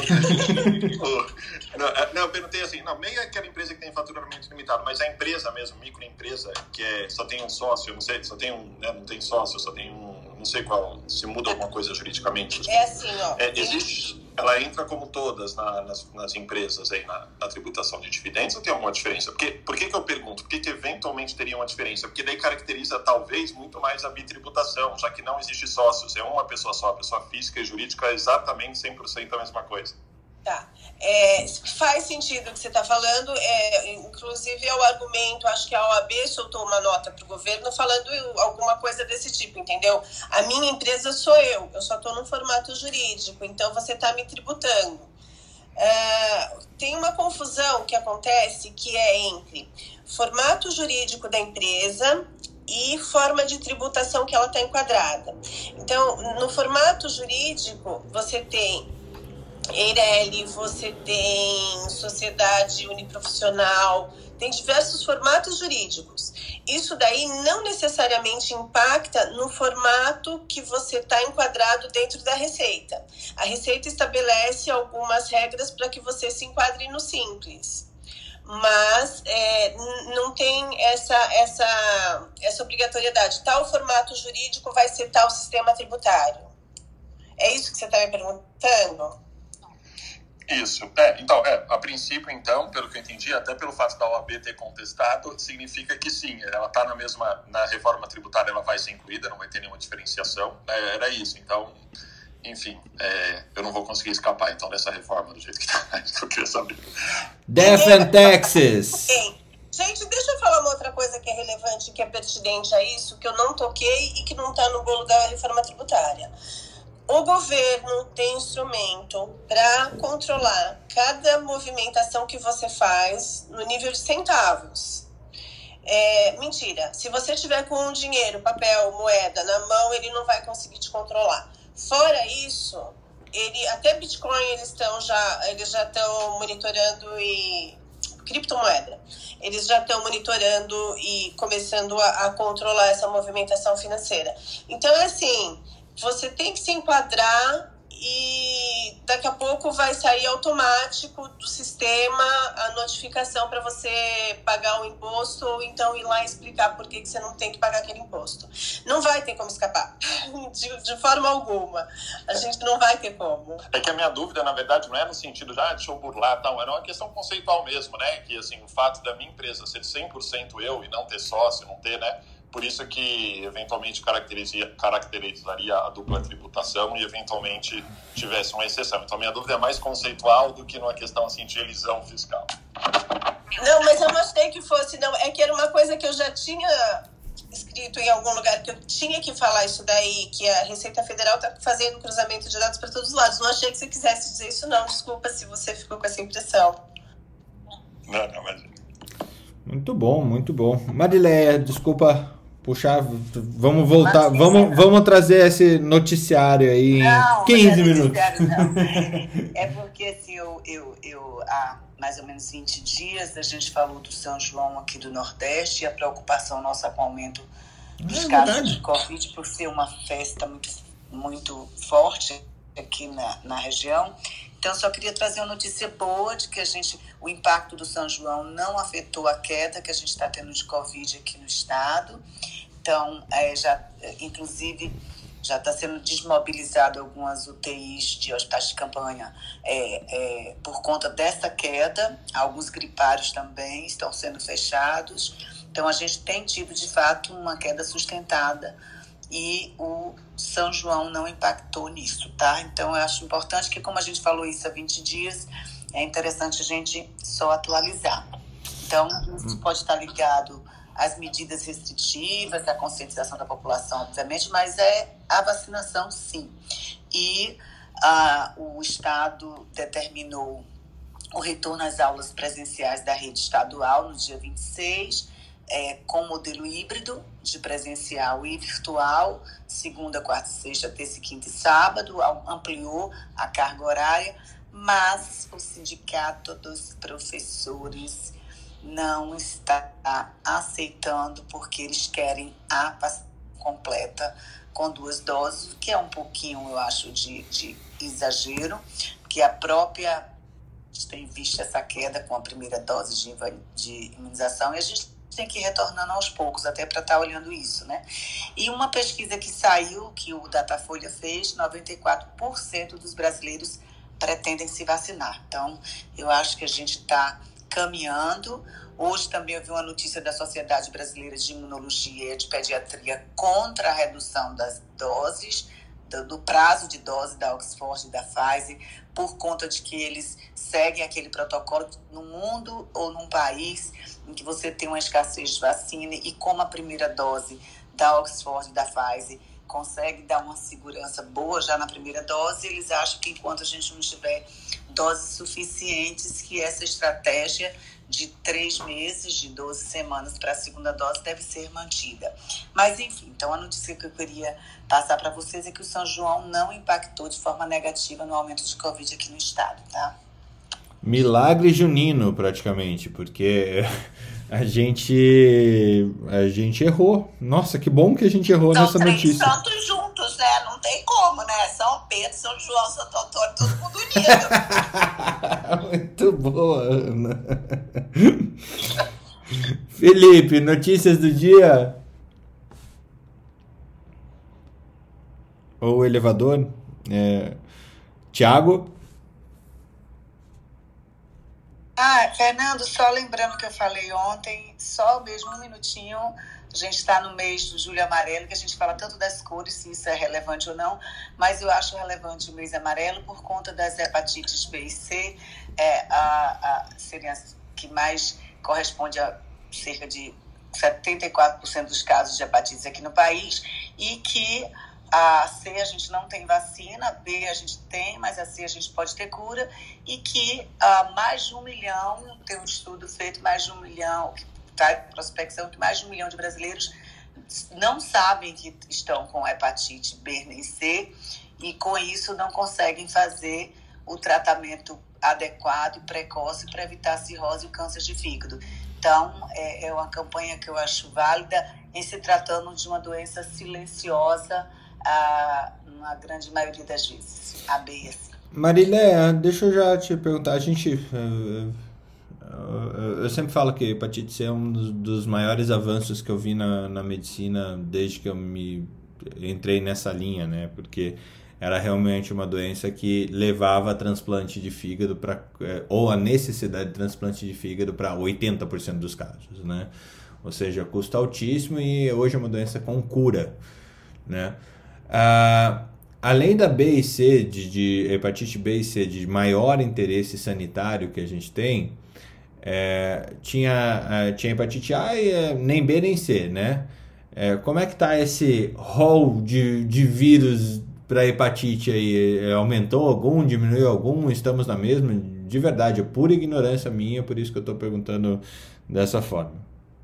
não, não, eu perguntei assim, não, meio é aquela empresa que tem faturamento limitado, mas a empresa mesmo, microempresa, que é, só tem um sócio, não sei, só tem um, né, não tem sócio, só tem um, não sei qual, se muda alguma coisa juridicamente. É assim, ó. É, existe, ela entra como todas na, nas, nas empresas aí na, na tributação de dividendos, ou tem alguma diferença? Porque, por que que eu pergunto? Por que que eventualmente teria uma diferença? Porque daí caracteriza talvez muito mais a bitributação, já que não existe sócios, é uma pessoa só, a pessoa física e jurídica é exatamente cem por cento a mesma coisa. Tá. É, faz sentido o que você está falando, é, inclusive é o argumento, acho que a O A B soltou uma nota para o governo falando alguma coisa desse tipo, entendeu? A minha empresa sou eu, eu só estou no formato jurídico, então você está me tributando. É, tem uma confusão que acontece que é entre formato jurídico da empresa e forma de tributação que ela está enquadrada. Então, no formato jurídico, você tem Eireli, você tem sociedade uniprofissional, tem diversos formatos jurídicos. Isso daí não necessariamente impacta no formato que você está enquadrado dentro da Receita. A Receita estabelece algumas regras para que você se enquadre no Simples. Mas é, não tem essa, essa, essa obrigatoriedade. Tal formato jurídico vai ser tal sistema tributário. É isso que você está me perguntando? Isso. É, então, é, a princípio, então, pelo que eu entendi, até pelo fato da O A B ter contestado, significa que sim, ela está na mesma, na reforma tributária, ela vai ser incluída, não vai ter nenhuma diferenciação. É, era isso. Então, enfim, é, eu não vou conseguir escapar, então, dessa reforma do jeito que está, que eu queria saber. Death and Taxes. Gente, deixa eu falar uma outra coisa que é relevante, que é pertinente a isso, que eu não toquei e que não está no bolo da reforma tributária. O governo tem instrumento para controlar cada movimentação que você faz no nível de centavos. É, mentira, se você tiver com um dinheiro, papel, moeda na mão, ele não vai conseguir te controlar. Fora isso, ele, até Bitcoin eles estão já, eles já estão monitorando e criptomoeda. Eles já estão monitorando e começando a, a controlar essa movimentação financeira. Então é assim, você tem que se enquadrar e daqui a pouco vai sair automático do sistema a notificação para você pagar o imposto ou então ir lá explicar por que, que você não tem que pagar aquele imposto. Não vai ter como escapar, de, de forma alguma. A gente não vai ter como. É que a minha dúvida, na verdade, não é no sentido de, ah, deixa eu burlar, tal, era uma questão conceitual mesmo, né? Que, assim, o fato da minha empresa ser cem por cento eu e não ter sócio, não ter, né? Por isso que, eventualmente, caracterizaria, caracterizaria a dupla tributação e, eventualmente, tivesse uma exceção. Então, minha dúvida é mais conceitual do que numa questão, assim, de elisão fiscal. Não, mas eu não achei que fosse, não. É que era uma coisa que eu já tinha escrito em algum lugar, que eu tinha que falar isso daí, que a Receita Federal está fazendo cruzamento de dados para todos os lados. Não achei que você quisesse dizer isso, não. Desculpa se você ficou com essa impressão. Não, não, mas... Muito bom, muito bom. Marileia, desculpa... puxar, vamos voltar, vamos, vamos trazer esse noticiário aí não, em quinze não é minutos. Não. É porque assim, eu, eu, eu, há mais ou menos vinte dias a gente falou do São João aqui do Nordeste e a preocupação nossa com o aumento dos é casos verdade. de Covid por ser uma festa muito, muito forte aqui na, na região. Então, só queria trazer uma notícia boa de que a gente, o impacto do São João não afetou a queda que a gente está tendo de Covid aqui no estado. Então, é, já, inclusive, já está sendo desmobilizado algumas U T Is de hospitais de campanha é, é, por conta dessa queda. Alguns gripários também estão sendo fechados. Então, a gente tem tido, de fato, uma queda sustentada e o São João não impactou nisso, tá? Então, eu acho importante que, como a gente falou isso há vinte dias, é interessante a gente só atualizar. Então, isso pode estar ligado às medidas restritivas, à conscientização da população, obviamente, mas é a vacinação, sim. E ah, o Estado determinou o retorno às aulas presenciais da rede estadual no dia vinte e seis, É, com modelo híbrido de presencial e virtual, segunda, quarta, sexta, terça, quinta e sábado, ampliou a carga horária, mas o sindicato dos professores não está aceitando porque eles querem a vacinação completa com duas doses, que é um pouquinho, eu acho, de, de exagero, porque a própria, a gente tem visto essa queda com a primeira dose de, de imunização, e a gente tem que ir retornando aos poucos, até para estar olhando isso, né? E uma pesquisa que saiu, que o Datafolha fez, noventa e quatro por cento dos brasileiros pretendem se vacinar. Então, eu acho que a gente está caminhando. Hoje também eu vi uma notícia da Sociedade Brasileira de Imunologia e de Pediatria contra a redução das doses, do, do prazo de dose da Oxford e da Pfizer, por conta de que eles seguem aquele protocolo no mundo ou num país em que você tem uma escassez de vacina, e como a primeira dose da Oxford e da Pfizer consegue dar uma segurança boa já na primeira dose, eles acham que enquanto a gente não tiver doses suficientes, que essa estratégia de três meses, de doze semanas para a segunda dose deve ser mantida. Mas, enfim, então a notícia que eu queria passar para vocês é que o São João não impactou de forma negativa no aumento de Covid aqui no estado, tá? Milagre junino, praticamente, porque a gente, a gente errou. Nossa, que bom que a gente errou São nessa três notícia. santos juntos, né? Não tem como, né? São Pedro, São João, Santo Antônio, todo mundo unido. Muito boa, Ana. Felipe, notícias do dia? Ou elevador? É... Tiago? Ah, Fernando, só lembrando que eu falei ontem, só mesmo um minutinho, a gente está no mês do Julho Amarelo, que a gente fala tanto das cores, se isso é relevante ou não, mas eu acho relevante o mês amarelo por conta das hepatites B e C, é, a, a, serem as que mais corresponde a cerca de setenta e quatro por cento dos casos de hepatites aqui no país, e que a C a gente não tem vacina, a B a gente tem, mas a C a gente pode ter cura, e que uh, mais de um milhão, tem um estudo feito, mais de um milhão, que está em prospecção, que mais de um milhão de brasileiros não sabem que estão com hepatite B nem C, e com isso não conseguem fazer o tratamento adequado e precoce para evitar a cirrose e o câncer de fígado. Então, é, é uma campanha que eu acho válida em se tratando de uma doença silenciosa, a, na grande maioria das vezes, a B e a C. Marília, deixa eu já te perguntar, a gente, eu, eu, eu sempre falo que a hepatite C é um dos, dos maiores avanços que eu vi na, na medicina desde que eu me entrei nessa linha, né, porque era realmente uma doença que levava a transplante de fígado para, ou a necessidade de transplante de fígado para oitenta por cento dos casos, né, ou seja, custo altíssimo, e hoje é uma doença com cura, né. Uh, além da B e C, de, de hepatite B e C de maior interesse sanitário que a gente tem, é, tinha, uh, tinha hepatite A e uh, nem B nem C, né? É, como é que tá esse rol de, de vírus para hepatite aí? Aumentou algum? Diminuiu algum? Estamos na mesma? De verdade, é pura ignorância minha, por isso que eu estou perguntando dessa forma.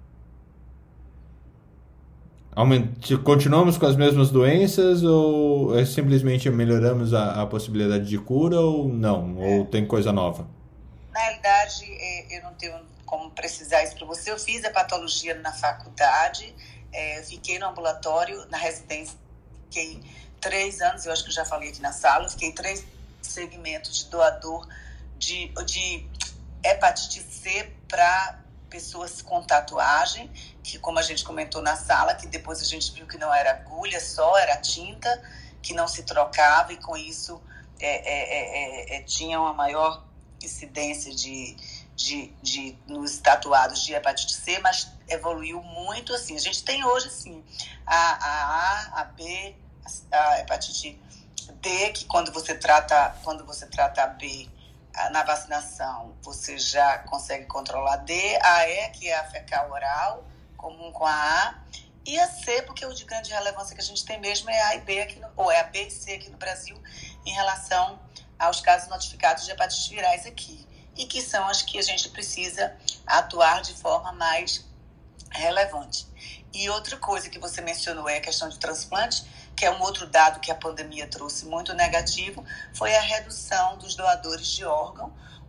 Continuamos com as mesmas doenças ou simplesmente melhoramos a, a possibilidade de cura ou não? Ou tem coisa nova? Na realidade, eu não tenho como precisar isso para você. Eu fiz a patologia na faculdade, é, fiquei no ambulatório, na residência, fiquei três anos, eu acho que eu já falei aqui na sala, fiquei três segmentos de doador de, de hepatite C para pessoas com tatuagem, que como a gente comentou na sala, que depois a gente viu que não era agulha só, era tinta, que não se trocava, e com isso é, é, é, é, tinha uma maior incidência de, de, de, nos tatuados de hepatite C, mas evoluiu muito, assim. A gente tem hoje, assim, a, a A, a B, a, a hepatite D, que quando você trata, quando você trata a B, na vacinação, você já consegue controlar a D, a E, que é a fecal oral, comum com a A, e a C, porque o de grande relevância que a gente tem mesmo é a A e B, aqui no, ou é a B e C aqui no Brasil, em relação aos casos notificados de hepatites virais aqui, e que são as que a gente precisa atuar de forma mais relevante. E outra coisa que você mencionou é a questão de transplante, que é um outro dado que a pandemia trouxe muito negativo, foi a redução dos doadores de órgão.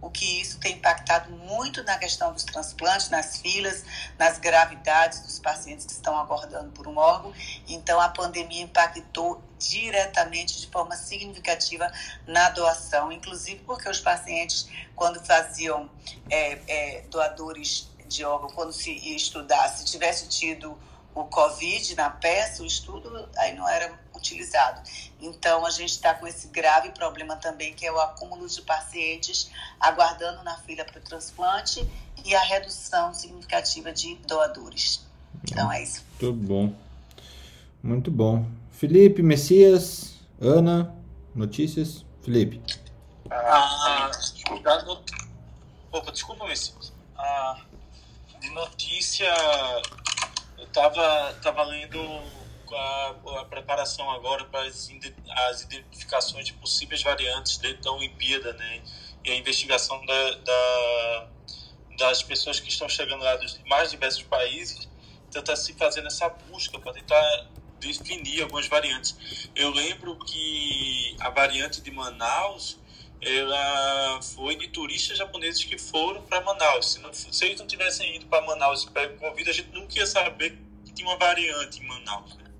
o que isso tem impactado muito na questão dos transplantes, nas filas, nas gravidades dos pacientes que estão aguardando por um órgão. Então, a pandemia impactou diretamente, de forma significativa, na doação, inclusive porque os pacientes, quando faziam é, é, doadores de órgão, quando se ia estudar, se tivesse tido o Covid na peça, o estudo aí não era utilizado. Então, a gente está com esse grave problema também, que é o acúmulo de pacientes aguardando na fila para o transplante e a redução significativa de doadores. Então, é isso. Muito bom. Muito bom. Felipe, Messias, Ana, notícias? Felipe. Ah, desculpa, not... Opa, desculpa, Messias. Ah, de notícia... Eu estava tava lendo a, a preparação agora para as, as identificações de possíveis variantes dentro da Olimpíada, né? E a investigação da, da, das pessoas que estão chegando lá dos mais diversos países, então está se fazendo essa busca para tentar definir algumas variantes. Eu lembro que a variante de Manaus, ela foi de turistas japoneses que foram para Manaus. Se, não, se eles não tivessem ido para Manaus e pego Covid, a gente nunca ia saber que tinha uma variante em Manaus, né?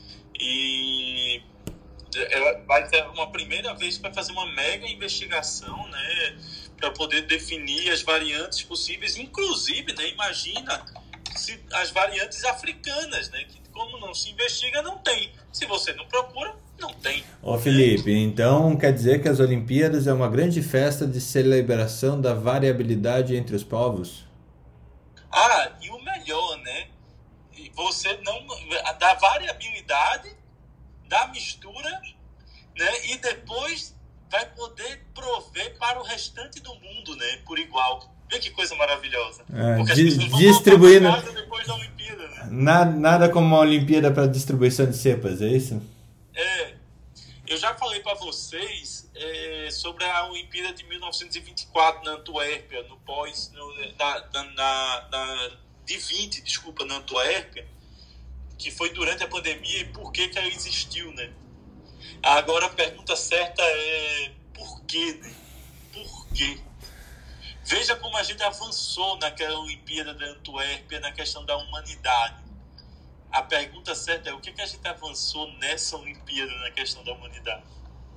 E ela vai ser uma primeira vez que vai fazer uma mega investigação, né, para poder definir as variantes possíveis, inclusive, né, imagina se as variantes africanas, né, que como não se investiga, não tem. Se você não procura, não tem. Ô Felipe, então quer dizer que as Olimpíadas é uma grande festa de celebração da variabilidade entre os povos? Ah, e o melhor, né? Você não... da variabilidade, da mistura, né? E depois vai poder prover para o restante do mundo, né? Por igual. Vê que coisa maravilhosa. É, porque di- as pessoas vão distribuindo... voltar pra casa depois da Olimpíada, né? Nada, nada como uma Olimpíada para distribuição de cepas, é isso? É, eu já falei para vocês é, sobre a Olimpíada de mil novecentos e vinte e quatro na Antuérpia, no pós, no, na, na, na, na, de vinte, desculpa, na Antuérpia, que foi durante a pandemia e por que que ela existiu, né? Agora a pergunta certa é por quê, né? Por quê? Veja como a gente avançou naquela Olimpíada da Antuérpia na questão da humanidade. A pergunta certa é o que, que a gente avançou nessa Olimpíada na questão da humanidade?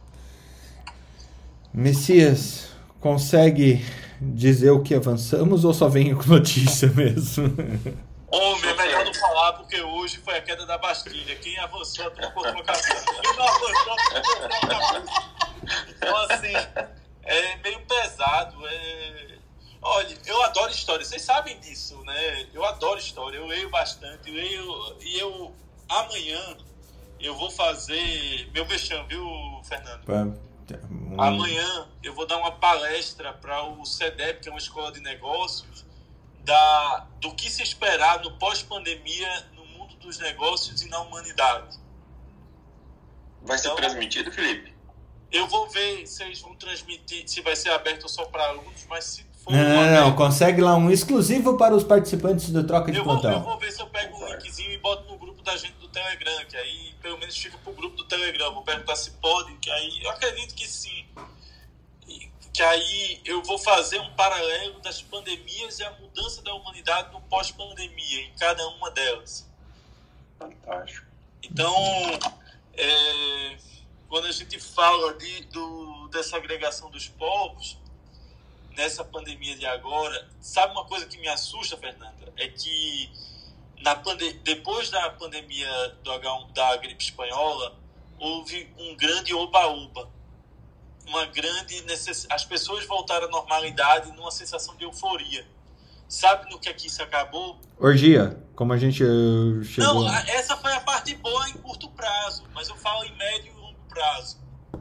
Messias, consegue dizer o que avançamos ou só vem com notícia mesmo? Homem, é melhor não falar porque hoje foi a queda da Bastilha. Quem avançou, a turma cortou a cabeça. Quem não avançou, a turma cortou a cabeça. Então, assim, é meio pesado. É... Olha, eu adoro história. Vocês sabem disso, né? Eu adoro história. Eu leio bastante. Eu leio... E eu, amanhã, eu vou fazer... Meu mexão, viu, Fernando? Um... Amanhã eu vou dar uma palestra para o CEDEP, que é uma escola de negócios, da, do que se esperar no pós-pandemia no mundo dos negócios e na humanidade. Vai ser então, transmitido, Felipe? Eu vou ver se eles vão transmitir, se vai ser aberto só para alunos, mas se for... Não, não, não, consegue lá um exclusivo para os participantes do Troca de eu vou, Plantão. Eu vou ver se eu pego um linkzinho e boto no grupo da gente do Telegram, que aí pelo menos fica pro grupo do Telegram. Vou perguntar se pode, que aí eu acredito que sim. Que aí eu vou fazer um paralelo das pandemias e a mudança da humanidade no pós-pandemia, em cada uma delas. Fantástico. Então, é, quando a gente fala de, do, dessa agregação dos povos, nessa pandemia de agora, sabe uma coisa que me assusta, Fernanda? É que na pande- depois da pandemia do H um, da gripe espanhola, houve um grande oba-oba. Uma grande necess... As pessoas voltaram à normalidade numa sensação de euforia. Sabe no que é que isso acabou? Orgia, como a gente uh, chegou... Não, essa foi a parte boa em curto prazo, mas eu falo em médio e longo prazo.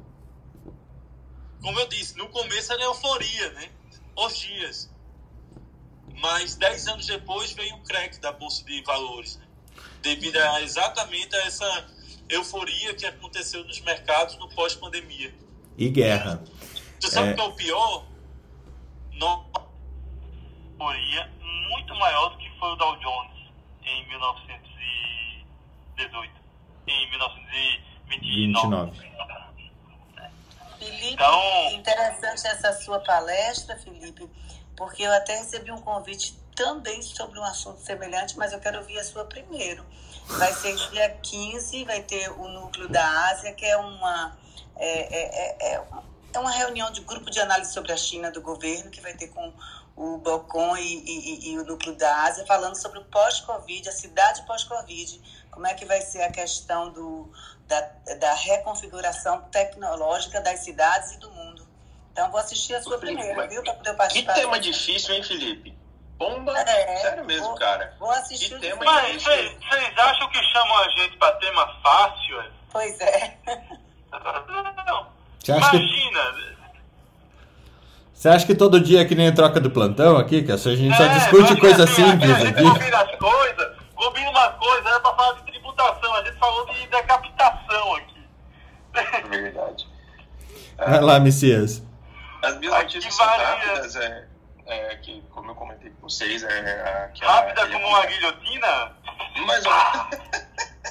Como eu disse, no começo era euforia, né? Orgias. Mas dez anos depois veio o crack da Bolsa de Valores, né? Devido a exatamente a essa euforia que aconteceu nos mercados no pós-pandemia. E guerra. Tu sabe o é... que é o pior? Não. Euforia muito maior do que foi o Dow Jones em mil novecentos e dezoito. Em mil novecentos e vinte e nove. vinte e nove. Então... Interessante essa sua palestra, Felipe, porque eu até recebi um convite também sobre um assunto semelhante, mas eu quero ouvir a sua primeiro. Vai ser dia quinze, vai ter o Núcleo da Ásia, que é uma, é, é, é, é uma reunião de grupo de análise sobre a China do governo, que vai ter com o Bocon e, e, e o Núcleo da Ásia, falando sobre o pós-Covid, a cidade pós-Covid, como é que vai ser a questão do, da, da reconfiguração tecnológica das cidades e do mundo. Então, vou assistir a sua Felipe, primeira, viu? Para poder participar. Que tema difícil, hein, Felipe? Bomba? É, Sério mesmo, vou, cara. Vou assistir. Que tema Mas difícil. Vocês acham que chamam a gente para tema fácil? É? Pois é. Não. Você acha Imagina. Que... Você acha que todo dia é que nem troca do plantão aqui? Que a gente é, só discute coisa assim, simples a gente aqui? combina as coisas, combina uma coisa, era para falar de tributação, a gente falou de decapitação aqui. É verdade. Vai lá, Messias. As minhas notícias são rápidas, é, é, que, como eu comentei com vocês, é aquela... Rápida como uma guilhotina? Mais ou menos.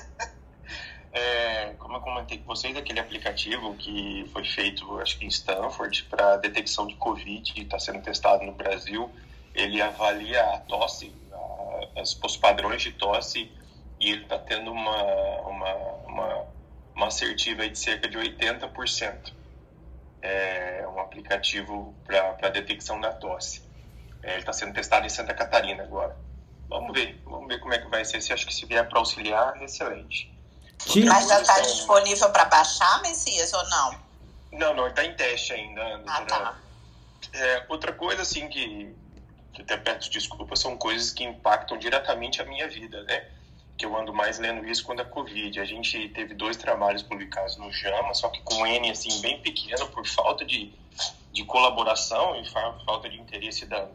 É, como eu comentei com vocês, aquele aplicativo que foi feito, acho que em Stanford, para detecção de Covid, e está sendo testado no Brasil, ele avalia a tosse, a, as, os padrões de tosse, e ele está tendo uma, uma, uma, uma assertiva aí de cerca de oitenta por cento. É um aplicativo para detecção da tosse. É, ele está sendo testado em Santa Catarina agora. Vamos ver, vamos ver como é que vai ser. Se acho que se vier para auxiliar, excelente. Mas já está disponível para baixar, Messias, ou não? Não, não, está em teste ainda. Ah, tá. É, outra coisa, assim, que, que até peço desculpa, são coisas que impactam diretamente a minha vida, né? Que eu ando mais lendo isso quando a Covid. A gente teve dois trabalhos publicados no JAMA, só que com N, assim, bem pequeno, por falta de, de colaboração e falta de interesse da,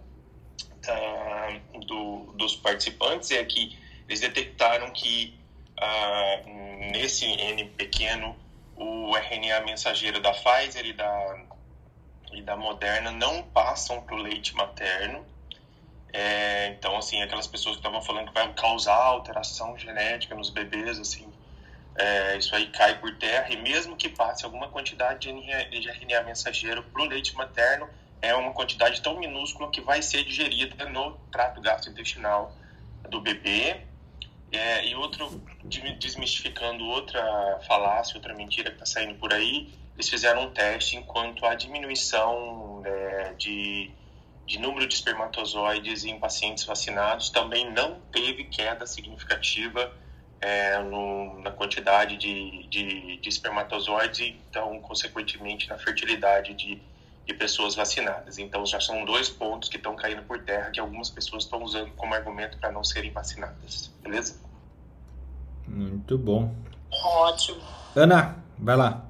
da, do, dos participantes, é que eles detectaram que Ah, nesse N pequeno, o R N A mensageiro da Pfizer e da, e da Moderna não passam para o leite materno. É, então, assim, aquelas pessoas que estavam falando que vai causar alteração genética nos bebês, assim, é, isso aí cai por terra. E mesmo que passe alguma quantidade de R N A mensageiro para o leite materno, é uma quantidade tão minúscula que vai ser digerida no trato gastrointestinal do bebê. É, e outro, desmistificando outra falácia, outra mentira que está saindo por aí, eles fizeram um teste enquanto a diminuição é, de, de número de espermatozoides em pacientes vacinados também não teve queda significativa é, no, na quantidade de, de, de espermatozoides e, então, consequentemente, na fertilidade de, de pessoas vacinadas. Então, já são dois pontos que estão caindo por terra que algumas pessoas estão usando como argumento para não serem vacinadas. Beleza? Muito bom. Ótimo. Ana, vai lá.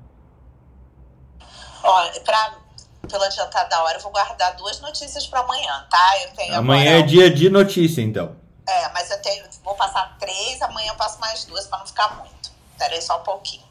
Olha, pra, pelo adiantar da hora, eu vou guardar duas notícias para amanhã, tá? Eu tenho amanhã agora... é dia de notícia, então. É, mas eu tenho, vou passar três, amanhã eu passo mais duas para não ficar muito. Esperei só um pouquinho.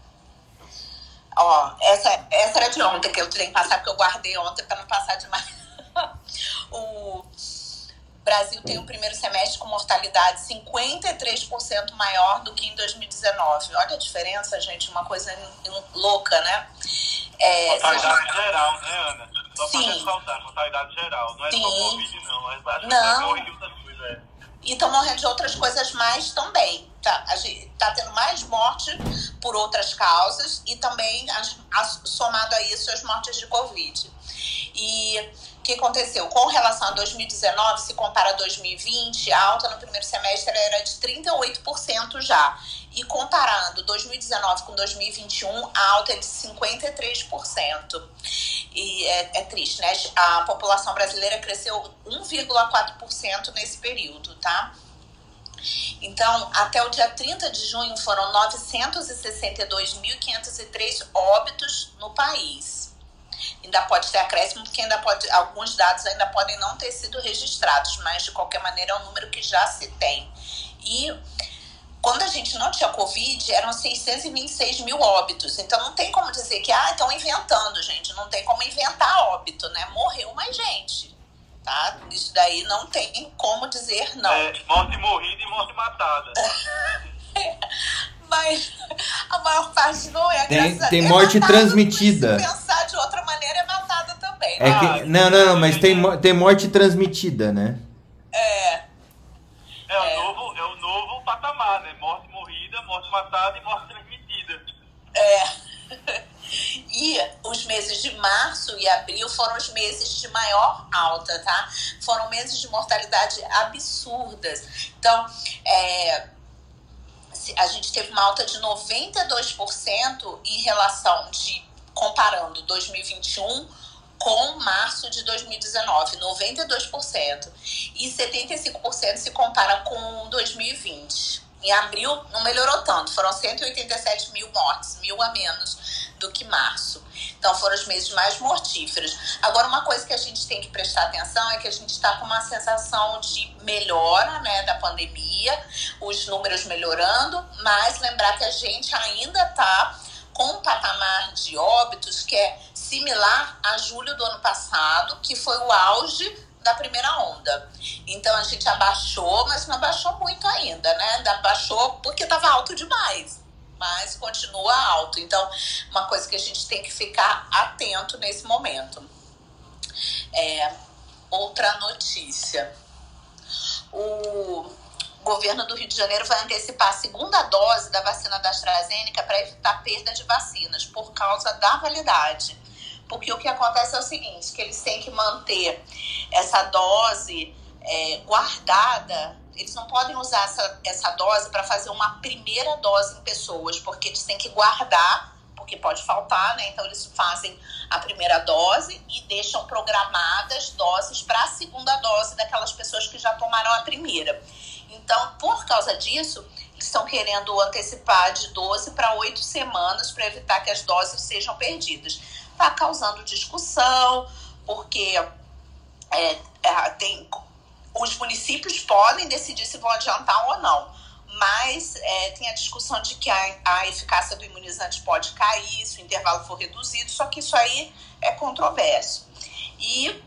Ó, essa, essa era de ontem que eu tenho que passar, porque eu guardei ontem para não passar demais. O Brasil tem um primeiro semestre com mortalidade cinquenta e três por cento maior do que em dois mil e dezenove. Olha a diferença, gente, uma coisa louca, né? É, mortalidade se... geral, né, Ana? Só Sim. para ressaltar, mortalidade geral. Não é Sim. só Covid, não. Mas acho não. que outras coisas, é. E estão morrendo de outras coisas mais também. Tá, a gente tá tendo mais morte por outras causas e também, as, as, somado a isso, as mortes de Covid. E o que aconteceu? Com relação a dois mil e dezenove, se compara a dois mil e vinte, a alta no primeiro semestre era de trinta e oito por cento já. E comparando dois mil e dezenove com dois mil e vinte e um, a alta é de cinquenta e três por cento. E é, é triste, né? A população brasileira cresceu um vírgula quatro por cento nesse período, tá? Então, até o dia trinta de junho foram novecentos e sessenta e dois mil quinhentos e três óbitos no país. Ainda pode ter acréscimo, porque ainda pode, alguns dados ainda podem não ter sido registrados, mas de qualquer maneira é um número que já se tem. E quando a gente não tinha Covid, eram seiscentos e vinte e seis mil óbitos. Então não tem como dizer que ah, estão inventando, gente. Não tem como inventar óbito, né? Morreu mais gente. Tá? Isso daí não tem como dizer não. É, morte morrida e morte matada. Mas a maior parte não é. Tem, tem morte transmitida. Pensar de outra É que, não, não, não, mas tem, tem morte transmitida, né? É. É, o novo, é o novo patamar, né? Morte morrida, morte matada e morte transmitida. É. E os meses de março e abril foram os meses de maior alta, tá? Foram meses de mortalidade absurdas. Então, é, a gente teve uma alta de noventa e dois por cento em relação de, comparando dois mil e vinte e um com março de dois mil e dezenove, noventa e dois por cento. E setenta e cinco por cento se compara com dois mil e vinte. Em abril não melhorou tanto, foram cento e oitenta e sete mil mortes, mil a menos do que março. Então foram os meses mais mortíferos. Agora, uma coisa que a gente tem que prestar atenção é que a gente está com uma sensação de melhora, né, da pandemia, os números melhorando, mas lembrar que a gente ainda está com um patamar de óbitos que é similar a julho do ano passado, que foi o auge da primeira onda. Então a gente abaixou, mas não abaixou muito ainda, né? Abaixou porque estava alto demais, mas continua alto. Então, uma coisa que a gente tem que ficar atento nesse momento. É, outra notícia. O governo do Rio de Janeiro vai antecipar a segunda dose da vacina da AstraZeneca para evitar perda de vacinas por causa da validade. Porque o que acontece é o seguinte, que eles têm que manter essa dose é, guardada. Eles não podem usar essa, essa dose para fazer uma primeira dose em pessoas, porque eles têm que guardar, porque pode faltar, né? Então eles fazem a primeira dose e deixam programadas doses para a segunda dose daquelas pessoas que já tomaram a primeira. Então, por causa disso, eles estão querendo antecipar de doze para oito semanas para evitar que as doses sejam perdidas. Está causando discussão, porque é, é, tem, os municípios podem decidir se vão adiantar ou não, mas é, tem a discussão de que a, a eficácia do imunizante pode cair se o intervalo for reduzido, só que isso aí é controverso. E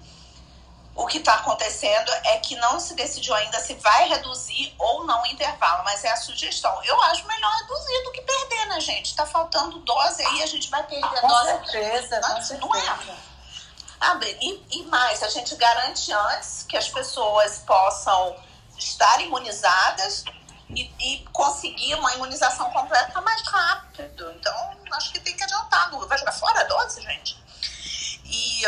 o que está acontecendo é que não se decidiu ainda se vai reduzir ou não o intervalo, mas é a sugestão. Eu acho melhor reduzir do que perder, né, gente? Está faltando dose aí, a gente vai perder com dose. Certeza, não, com certeza. Não é. Ah, e, e mais, a gente garante antes que as pessoas possam estar imunizadas e, e conseguir uma imunização completa mais rápido. Então, acho que tem que adiantar. Vai jogar fora a dose, gente? E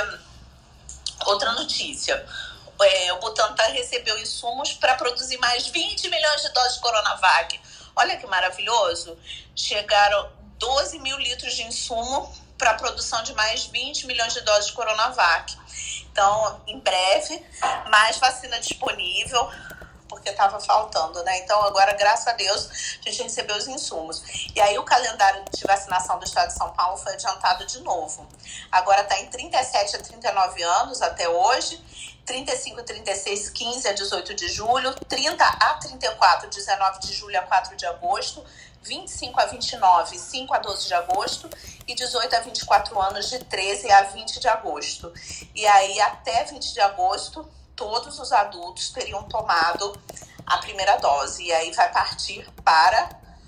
outra notícia, é, o Butantan recebeu insumos para produzir mais vinte milhões de doses de Coronavac. Olha que maravilhoso. Chegaram doze mil litros de insumo para a produção de mais vinte milhões de doses de Coronavac. Então, em breve, mais vacina disponível, porque estava faltando, né? Então, agora, graças a Deus, a gente recebeu os insumos. E aí, o calendário de vacinação do estado de São Paulo foi adiantado de novo. Agora está em trinta e sete a trinta e nove anos até hoje, trinta e cinco, trinta e seis, quinze a dezoito de julho, trinta a trinta e quatro, dezenove de julho a quatro de agosto, vinte e cinco a vinte e nove, cinco a doze de agosto e dezoito a vinte e quatro anos de treze a vinte de agosto. E aí, até vinte de agosto, todos os adultos teriam tomado a primeira dose. E aí vai partir para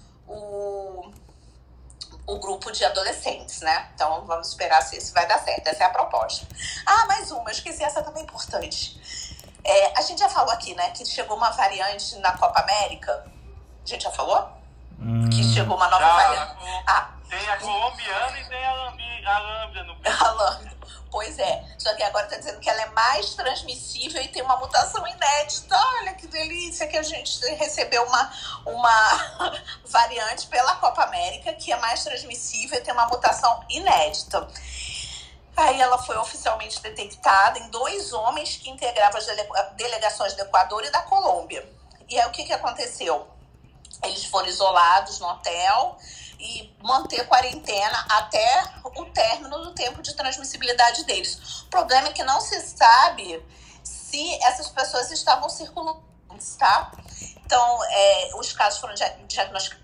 o, o grupo de adolescentes, né? Então, vamos esperar se isso vai dar certo. Essa é a proposta. Ah, mais uma. Eu esqueci, essa também é importante. É, a gente já falou aqui, né? Que chegou uma variante na Copa América. A gente já falou? Hum, que chegou uma nova já, variante. Ah. Tem a colombiana e tem a lambda no A lambda. Pois é, só que agora está dizendo que ela é mais transmissível e tem uma mutação inédita. Olha que delícia que a gente recebeu uma, uma variante pela Copa América que é mais transmissível e tem uma mutação inédita. Aí ela foi oficialmente detectada em dois homens que integravam as delegações do Equador e da Colômbia. E aí o que, que aconteceu? Eles foram isolados no hotel e manter quarentena até o término do tempo de transmissibilidade deles. O problema é que não se sabe se essas pessoas estavam circulando, tá? Então, é, os casos foram diagnosticados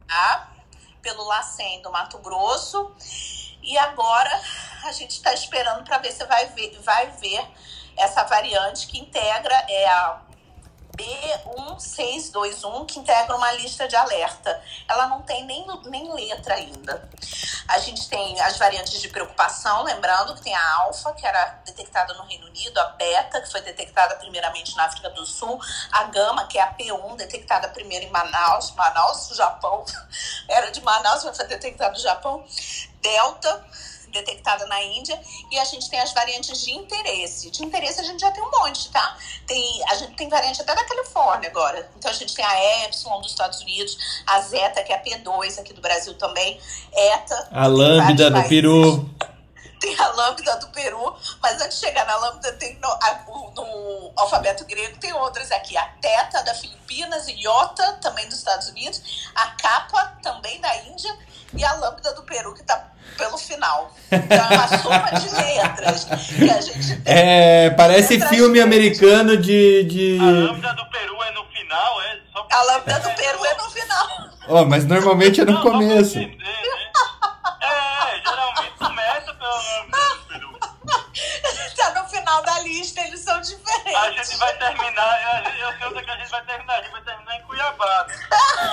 pelo LACEN do Mato Grosso e agora a gente está esperando para ver se vai ver, vai ver essa variante que integra é, a B um seis dois um, que integra uma lista de alerta. Ela não tem nem, nem letra ainda. A gente tem as variantes de preocupação, lembrando que tem a alfa, que era detectada no Reino Unido, a beta, que foi detectada primeiramente na África do Sul, a gama, que é a P um, detectada primeiro em Manaus, Manaus, Japão, era de Manaus, mas foi detectada no Japão, delta, detectada na Índia, e a gente tem as variantes de interesse. De interesse a gente já tem um monte, tá? Tem, a gente tem variante até da Califórnia agora. Então a gente tem a Epsilon dos Estados Unidos, a Zeta, que é a P dois aqui do Brasil também, Eta. A Lambda do Peru. Tem a Lambda do Peru, mas antes de chegar na Lambda, tem no, a, no alfabeto grego, tem outras aqui. A Teta da Filipinas, Iota, também dos Estados Unidos, a Kappa, também da Índia, e a Lambda do Peru, que está pelo final. Então é uma soma de letras que a gente tem. É, parece filme americano de, de... A Lambda do Peru é no final, é? Só a Lambda do Peru é no final. Oh, mas normalmente é no não, começo. Entender, né? É, geralmente começa pela Lambda do Peru. Tá no final da lista, eles são diferentes. A gente vai terminar, eu, eu sei onde é que a gente vai terminar, a gente vai terminar em Cuiabá, né?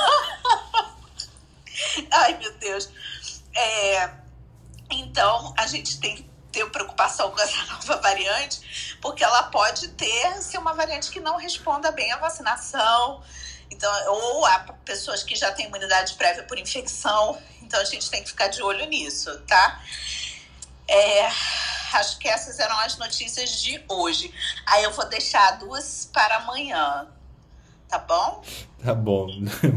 Ai, meu Deus. É, então, a gente tem que ter preocupação com essa nova variante, porque ela pode ter ser uma variante que não responda bem à vacinação, então, ou a pessoas que já têm imunidade prévia por infecção. Então, a gente tem que ficar de olho nisso, tá? É, acho que essas eram as notícias de hoje. Aí eu vou deixar duas para amanhã, tá bom? Tá bom.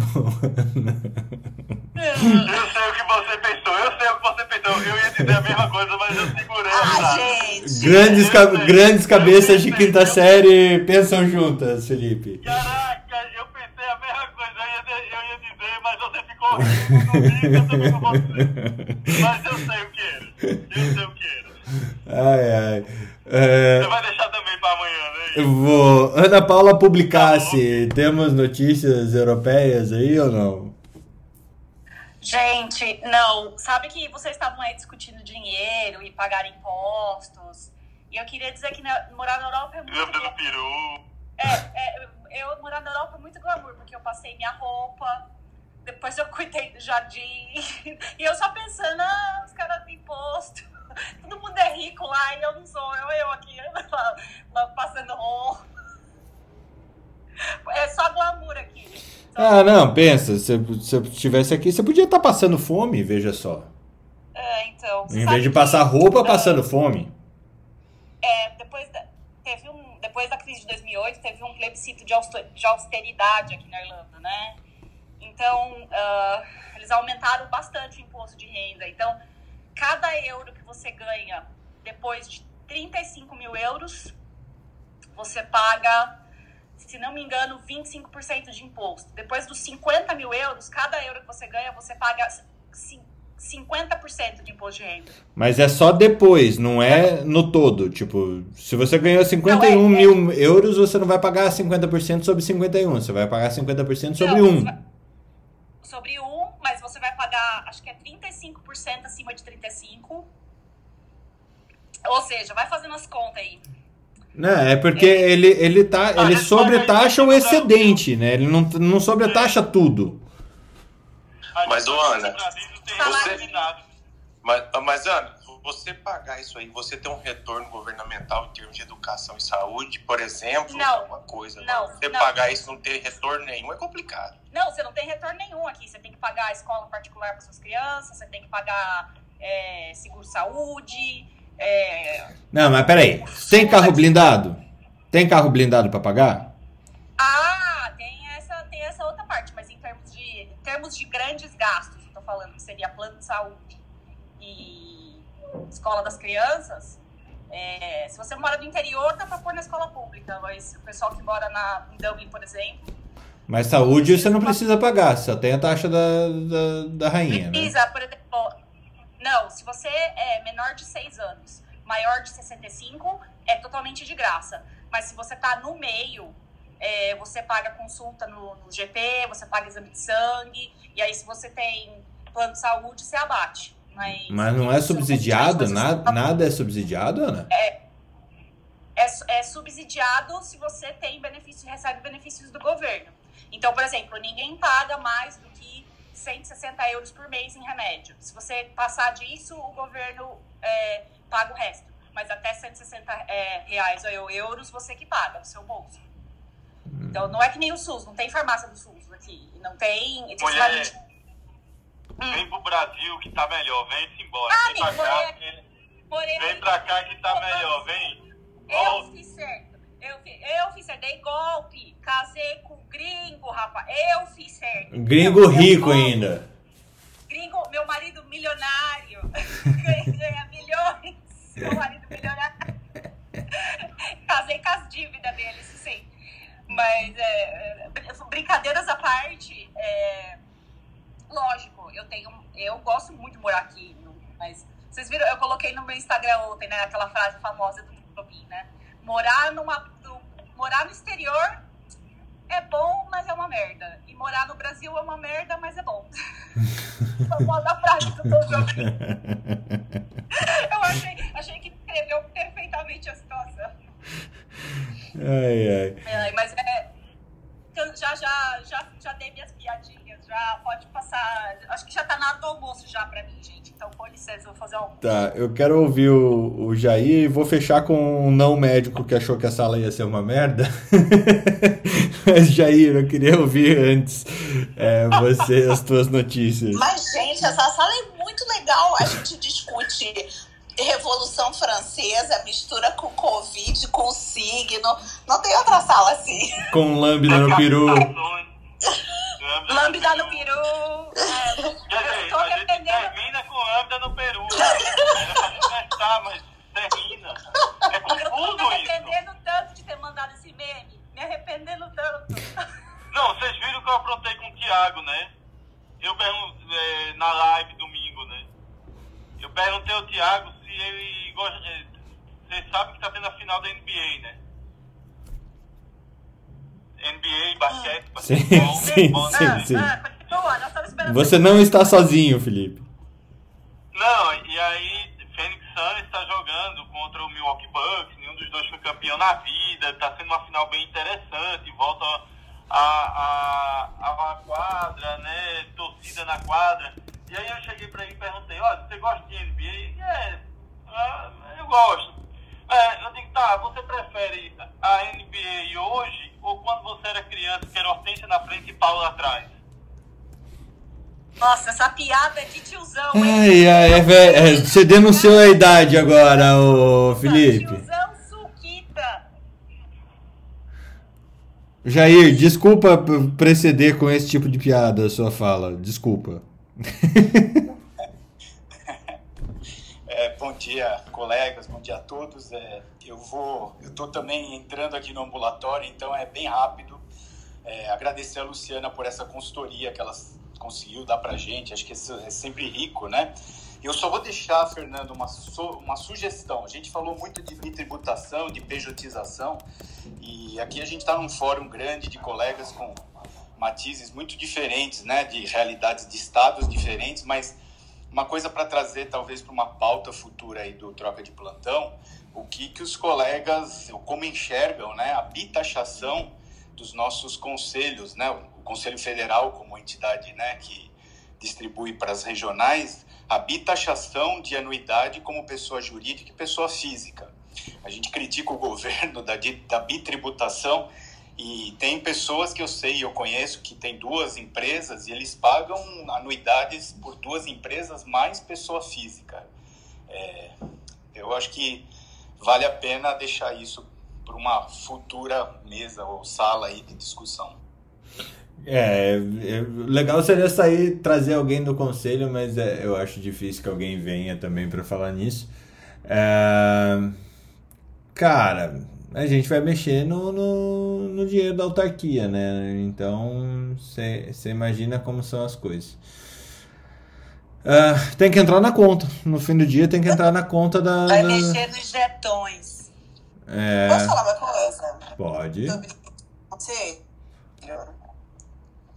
Eu sei o que você pensou, eu sei o que você pensou. Eu ia dizer a mesma coisa, mas eu segurei. Ah, gente! Grandes, ca grandes cabeças de quinta série pensam juntas, Felipe. Caraca, eu pensei a mesma coisa, eu ia, eu ia dizer, mas você ficou rindo comigo, eu também com você. Mas eu sei o que era, eu sei o que era. Ai, ai. É... Você vai deixar também para amanhã, né? Eu vou. Ana Paula Publicasse, tá, temos notícias europeias aí ou não? Gente, não. Sabe que vocês estavam aí discutindo dinheiro e pagar impostos. E eu queria dizer que na, morar na Europa é muito... Lambda do Peru. É, é, eu morar na Europa é muito glamour, porque eu passei minha roupa, depois eu cuidei do jardim. E eu só pensando, ah, os caras têm imposto. Todo mundo é rico lá e eu não sou. Eu, eu aqui, lá, lá, passando roupa. É só glamour aqui. Só ah, não, pensa. Se eu estivesse aqui, você podia estar passando fome, veja só. É, então. Em vez de passar roupa, não, passando fome. É, depois da, teve um, depois da crise de dois mil e oito, teve um plebiscito de austeridade aqui na Irlanda, né? Então, uh, eles aumentaram bastante o imposto de renda. Então, cada euro que você ganha depois de trinta e cinco mil euros, você paga, se não me engano, vinte e cinco por cento de imposto. Depois dos cinquenta mil euros, cada euro que você ganha, você paga cinquenta por cento de imposto de renda. Mas é só depois, não é no todo. Tipo, se você ganhou cinquenta e um não, é, mil é... euros, você não vai pagar cinquenta por cento sobre cinquenta e um. Você vai pagar cinquenta por cento sobre não, um. Vai... Sobre um, mas você vai pagar, acho que é trinta e cinco por cento acima de trinta e cinco por cento. Ou seja, vai fazendo as contas aí. Não, é porque é. ele, ele, tá, ele sobretaxa o excedente, né? Ele não, não sobretaxa tudo. Mas, ô, Ana, você... Mas, mas, Ana, você pagar isso aí, você ter um retorno governamental em termos de educação e saúde, por exemplo, não, é uma coisa. Não, você não. pagar isso e não ter retorno nenhum é complicado. Não, você não tem retorno nenhum aqui. Você tem que pagar a escola particular para suas crianças, você tem que pagar é, seguro-saúde. É... Não, mas peraí. Tem carro blindado? Tem carro blindado para pagar? Ah, tem essa, tem essa outra parte, mas em termos de, em termos de grandes gastos, eu tô falando que seria plano de saúde e escola das crianças. É, se você mora no interior, dá para pôr na escola pública, mas o pessoal que mora na, em Dublin, por exemplo... Mas saúde você não precisa pagar, só tem a taxa da, da, da rainha, precisa, né? Por exemplo... Não, se você é menor de seis anos, maior de sessenta e cinco, é totalmente de graça. Mas se você tá no meio, é, você paga consulta no, no G P, você paga exame de sangue, e aí se você tem plano de saúde, você abate. Mas, Mas não é subsidiado? Nada, nada é subsidiado, Ana? É, é, é subsidiado se você tem benefícios, recebe benefícios do governo. Então, por exemplo, ninguém paga mais do que cento e sessenta euros por mês em remédio. Se você passar disso, o governo é, paga o resto. Mas até cento e sessenta é, reais ou euros você que paga do seu bolso. Então, não é que nem o SUS, não tem farmácia do SUS aqui. Não tem... Mulher, hum. vem pro Brasil que tá melhor, vem-se embora. Ah, vem pra morei, cá, que, morei, vem pra cá que tá melhor, vem. Eu oh. fiz certo. Eu fiz, eu fiz certo, dei golpe. Casei com gringo, rapaz. Eu fiz certo. Gringo eu, rico eu, ainda. Gringo, meu marido milionário. Ganha milhões. Meu marido milionário. Casei com as dívidas dele, isso sim. Mas, é, brincadeiras à parte, é, lógico, eu tenho, eu gosto muito de morar aqui, mas vocês viram, eu coloquei no meu Instagram ontem, né, aquela frase famosa do Tobin, né, morar, numa, do, morar no exterior é bom, mas é uma merda, e morar no Brasil é uma merda, mas é bom. Famosa frase do Tobin. Eu achei, achei que descreveu perfeitamente a situação. Ai, ai. É, mas é. Já, já, já, já dei minhas piadinhas, já pode passar. Acho que já tá na hora do almoço já pra mim, gente. Então, com licença, eu vou fazer um. Tá, eu quero ouvir o, o Jair e vou fechar com um não médico que achou que a sala ia ser uma merda. Mas, Jair, eu queria ouvir antes é, você, as tuas notícias. Mas, gente, essa sala é muito legal. A gente discute Revolução Francesa, mistura com Covid, com signo. Não tem outra sala assim. Com lambda no peru. Lambda no peru. É, eu tô a gente termina com lambda no peru. Era pra começar, mas termina. É confuso isso. Eu tô me arrependendo tanto de ter mandado esse meme. Me arrependendo tanto. Não, vocês viram que eu aprontei com o Thiago, né? Eu perguntei é, na live domingo, né? Eu perguntei ao Thiago se ele gosta. Vocês sabem que tá tendo a final da N B A, né? N B A, basquete, sim, basquetebol, sim, bola, sim, né? sim. Ah, nós estamos esperando. Você não está sozinho, Felipe. Não, e aí Phoenix Suns está jogando contra o Milwaukee Bucks, nenhum dos dois foi campeão na vida, tá sendo uma final bem interessante, volta a, a, a, a quadra, né, torcida na quadra. E aí eu cheguei pra ele e perguntei, olha, você gosta de N B A? Ele, é, ah, eu gosto. É, eu digo, tá, você prefere a N B A hoje ou quando você era criança, que era Hortência na frente e Paulo atrás? Nossa, essa piada é de tiozão, hein? Ai, ai, é, é, você denunciou a idade agora, ô Felipe. Tiozão suquita. Jair, desculpa preceder com esse tipo de piada a sua fala, desculpa. É, bom dia, colegas, bom dia a todos. É, eu vou, eu estou também entrando aqui no ambulatório, então é bem rápido. É, agradecer a Luciana por essa consultoria que ela conseguiu dar para a gente. Acho que é sempre rico, né? Eu só vou deixar, Fernando, uma, su- uma sugestão. A gente falou muito de bitributação, de pejotização, e aqui a gente está num fórum grande de colegas com matizes muito diferentes, né? De realidades de estados diferentes, mas uma coisa para trazer, talvez, para uma pauta futura aí do Troca de Plantão, o que, que os colegas, como enxergam, né? A bitaxação dos nossos conselhos, né? O Conselho Federal, como entidade, né, que distribui para as regionais, a bitaxação de anuidade como pessoa jurídica e pessoa física. A gente critica o governo da, da bitributação e tem pessoas que eu sei, eu conheço, que tem duas empresas e eles pagam anuidades por duas empresas mais pessoa física. É, eu acho que vale a pena deixar isso para uma futura mesa ou sala aí de discussão. É, é, legal seria sair, trazer alguém do conselho, mas é, eu acho difícil que alguém venha também para falar nisso. É, cara, a gente vai mexer no, no, no dinheiro da autarquia, né? Então, você imagina como são as coisas. Uh, tem que entrar na conta. No fim do dia tem que entrar na conta da... Vai da... mexer nos jetões. É... Posso falar uma coisa? Pode. Sobre você?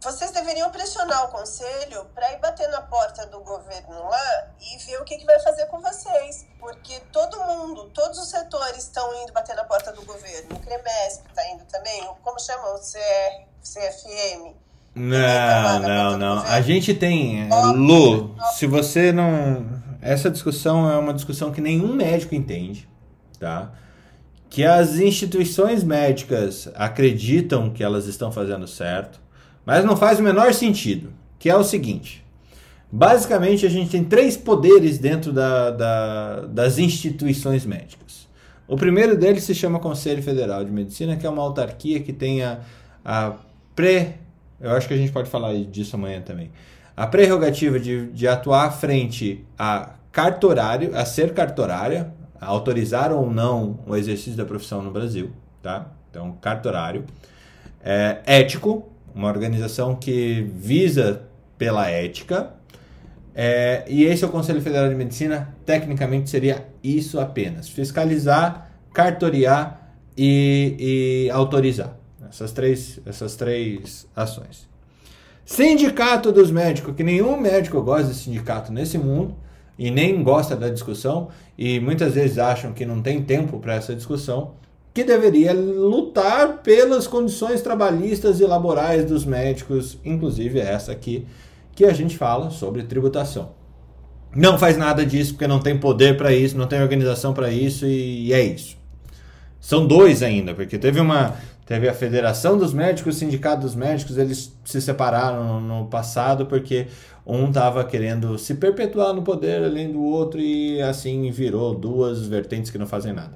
vocês deveriam pressionar o conselho para ir bater na porta do governo lá e ver o que, que vai fazer com vocês. Porque todo mundo, todos os setores estão indo bater na porta do governo. O CREMESP está indo também, como chama? O C R, C F M. Não, não, não. A gente tem... Lu, se você não... Essa discussão é uma discussão que nenhum médico entende, tá? Que as instituições médicas acreditam que elas estão fazendo certo, mas não faz o menor sentido, que é o seguinte. Basicamente, a gente tem três poderes dentro da, da, das instituições médicas. O primeiro deles se chama Conselho Federal de Medicina, que é uma autarquia que tem a, a pré... Eu acho que a gente pode falar disso amanhã também. A prerrogativa de, de atuar frente a cartorário, a ser cartorária, a autorizar ou não o exercício da profissão no Brasil, tá? Então, cartorário. É, ético, uma organização que visa pela ética, é, e esse é o Conselho Federal de Medicina. Tecnicamente seria isso apenas: fiscalizar, cartoriar e, e autorizar. Essas três, essas três ações. Sindicato dos médicos, que nenhum médico gosta de sindicato nesse mundo e nem gosta da discussão, e muitas vezes acham que não tem tempo para essa discussão, que deveria lutar pelas condições trabalhistas e laborais dos médicos, inclusive essa aqui, que a gente fala sobre tributação. Não faz nada disso, porque não tem poder para isso, não tem organização para isso, e é isso. São dois ainda, porque teve uma... Teve a Federação dos Médicos, o Sindicato dos Médicos, eles se separaram no passado porque um estava querendo se perpetuar no poder além do outro e assim virou duas vertentes que não fazem nada.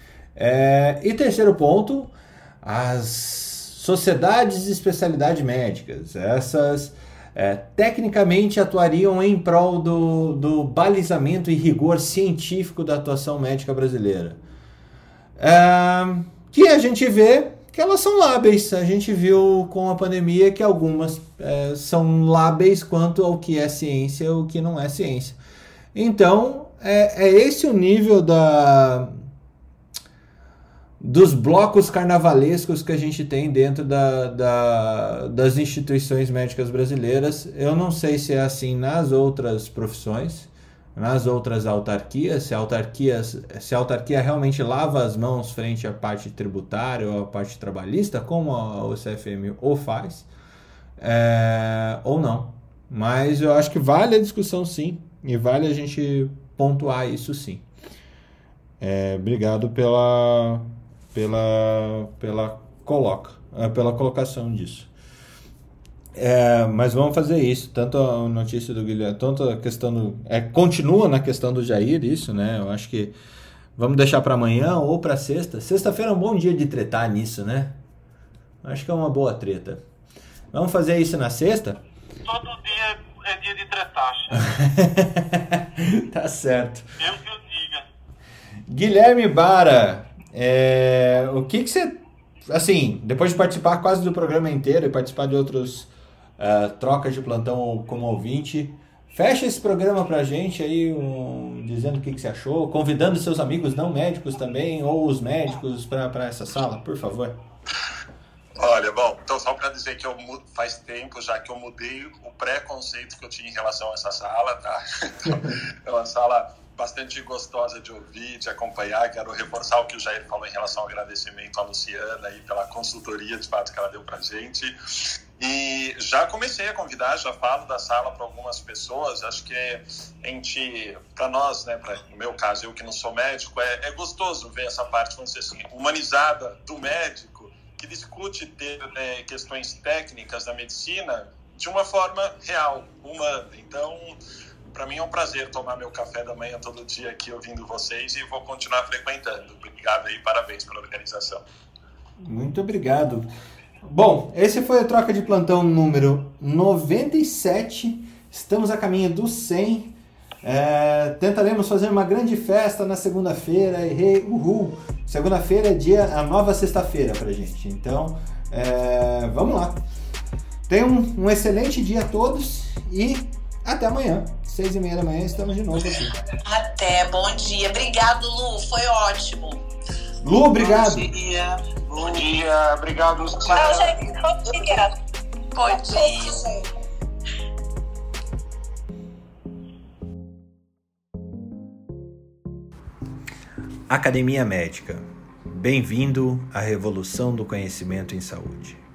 É, e terceiro ponto, as sociedades de especialidade médicas. Essas é, tecnicamente atuariam em prol do, do balizamento e rigor científico da atuação médica brasileira. É, que a gente vê que elas são lábeis. A gente viu com a pandemia que algumas é, são lábeis quanto ao que é ciência e o que não é ciência. Então, é, é esse o nível da, dos blocos carnavalescos que a gente tem dentro da, da, das instituições médicas brasileiras. Eu não sei se é assim nas outras profissões, nas outras autarquias, se a autarquia, se a autarquia realmente lava as mãos frente à parte tributária ou à parte trabalhista, como a O C F M o faz, é, ou não. Mas eu acho que vale a discussão sim, e vale a gente pontuar isso sim. É, obrigado pela, pela, pela, coloca, pela colocação disso. É, mas vamos fazer isso, tanto a notícia do Guilherme, tanto a questão do, é, continua na questão do Jair, isso, né? Eu acho que vamos deixar para amanhã ou para sexta. Sexta-feira é um bom dia de tretar nisso, né? Acho que é uma boa treta. Vamos fazer isso na sexta? Todo dia é dia de tretar. Tá certo. Eu que eu diga. Guilherme Bara, é, o que que você, assim, depois de participar quase do programa inteiro e participar de outros Uh, trocas de plantão como ouvinte, fecha esse programa pra gente aí, um, dizendo o que, que você achou, convidando seus amigos não médicos também, ou os médicos para essa sala, por favor. Olha, bom, então só para dizer que eu faz tempo já que eu mudei o preconceito que eu tinha em relação a essa sala, tá? Então, é uma sala bastante gostosa de ouvir, de acompanhar. Quero reforçar o que o Jair falou em relação ao agradecimento à Luciana aí pela consultoria, de fato, que ela deu pra gente. E já comecei a convidar, já falo da sala para algumas pessoas. Acho que a gente, para nós, né, pra, no meu caso, eu que não sou médico, é, é gostoso ver essa parte, vamos dizer assim, humanizada do médico, que discute ter, né, questões técnicas da medicina de uma forma real, humana. Então, para mim é um prazer tomar meu café da manhã todo dia aqui ouvindo vocês e vou continuar frequentando. Obrigado aí, parabéns pela organização. Muito obrigado. Bom, esse foi a troca de plantão número noventa e sete. Estamos a caminho do cem. É, tentaremos fazer uma grande festa na segunda-feira. Errei, uhul! Segunda-feira é dia, a nova sexta-feira pra gente. Então, é, vamos lá. Tenham um, um excelente dia a todos e até amanhã. Seis e meia da manhã estamos de novo aqui. Até, bom dia. Obrigado, Lu, foi ótimo. Lu, obrigado. Bom dia. Bom dia, obrigado. Tchau, gente. Bom dia. Bom dia. Academia Médica. Bem-vindo à revolução do conhecimento em saúde.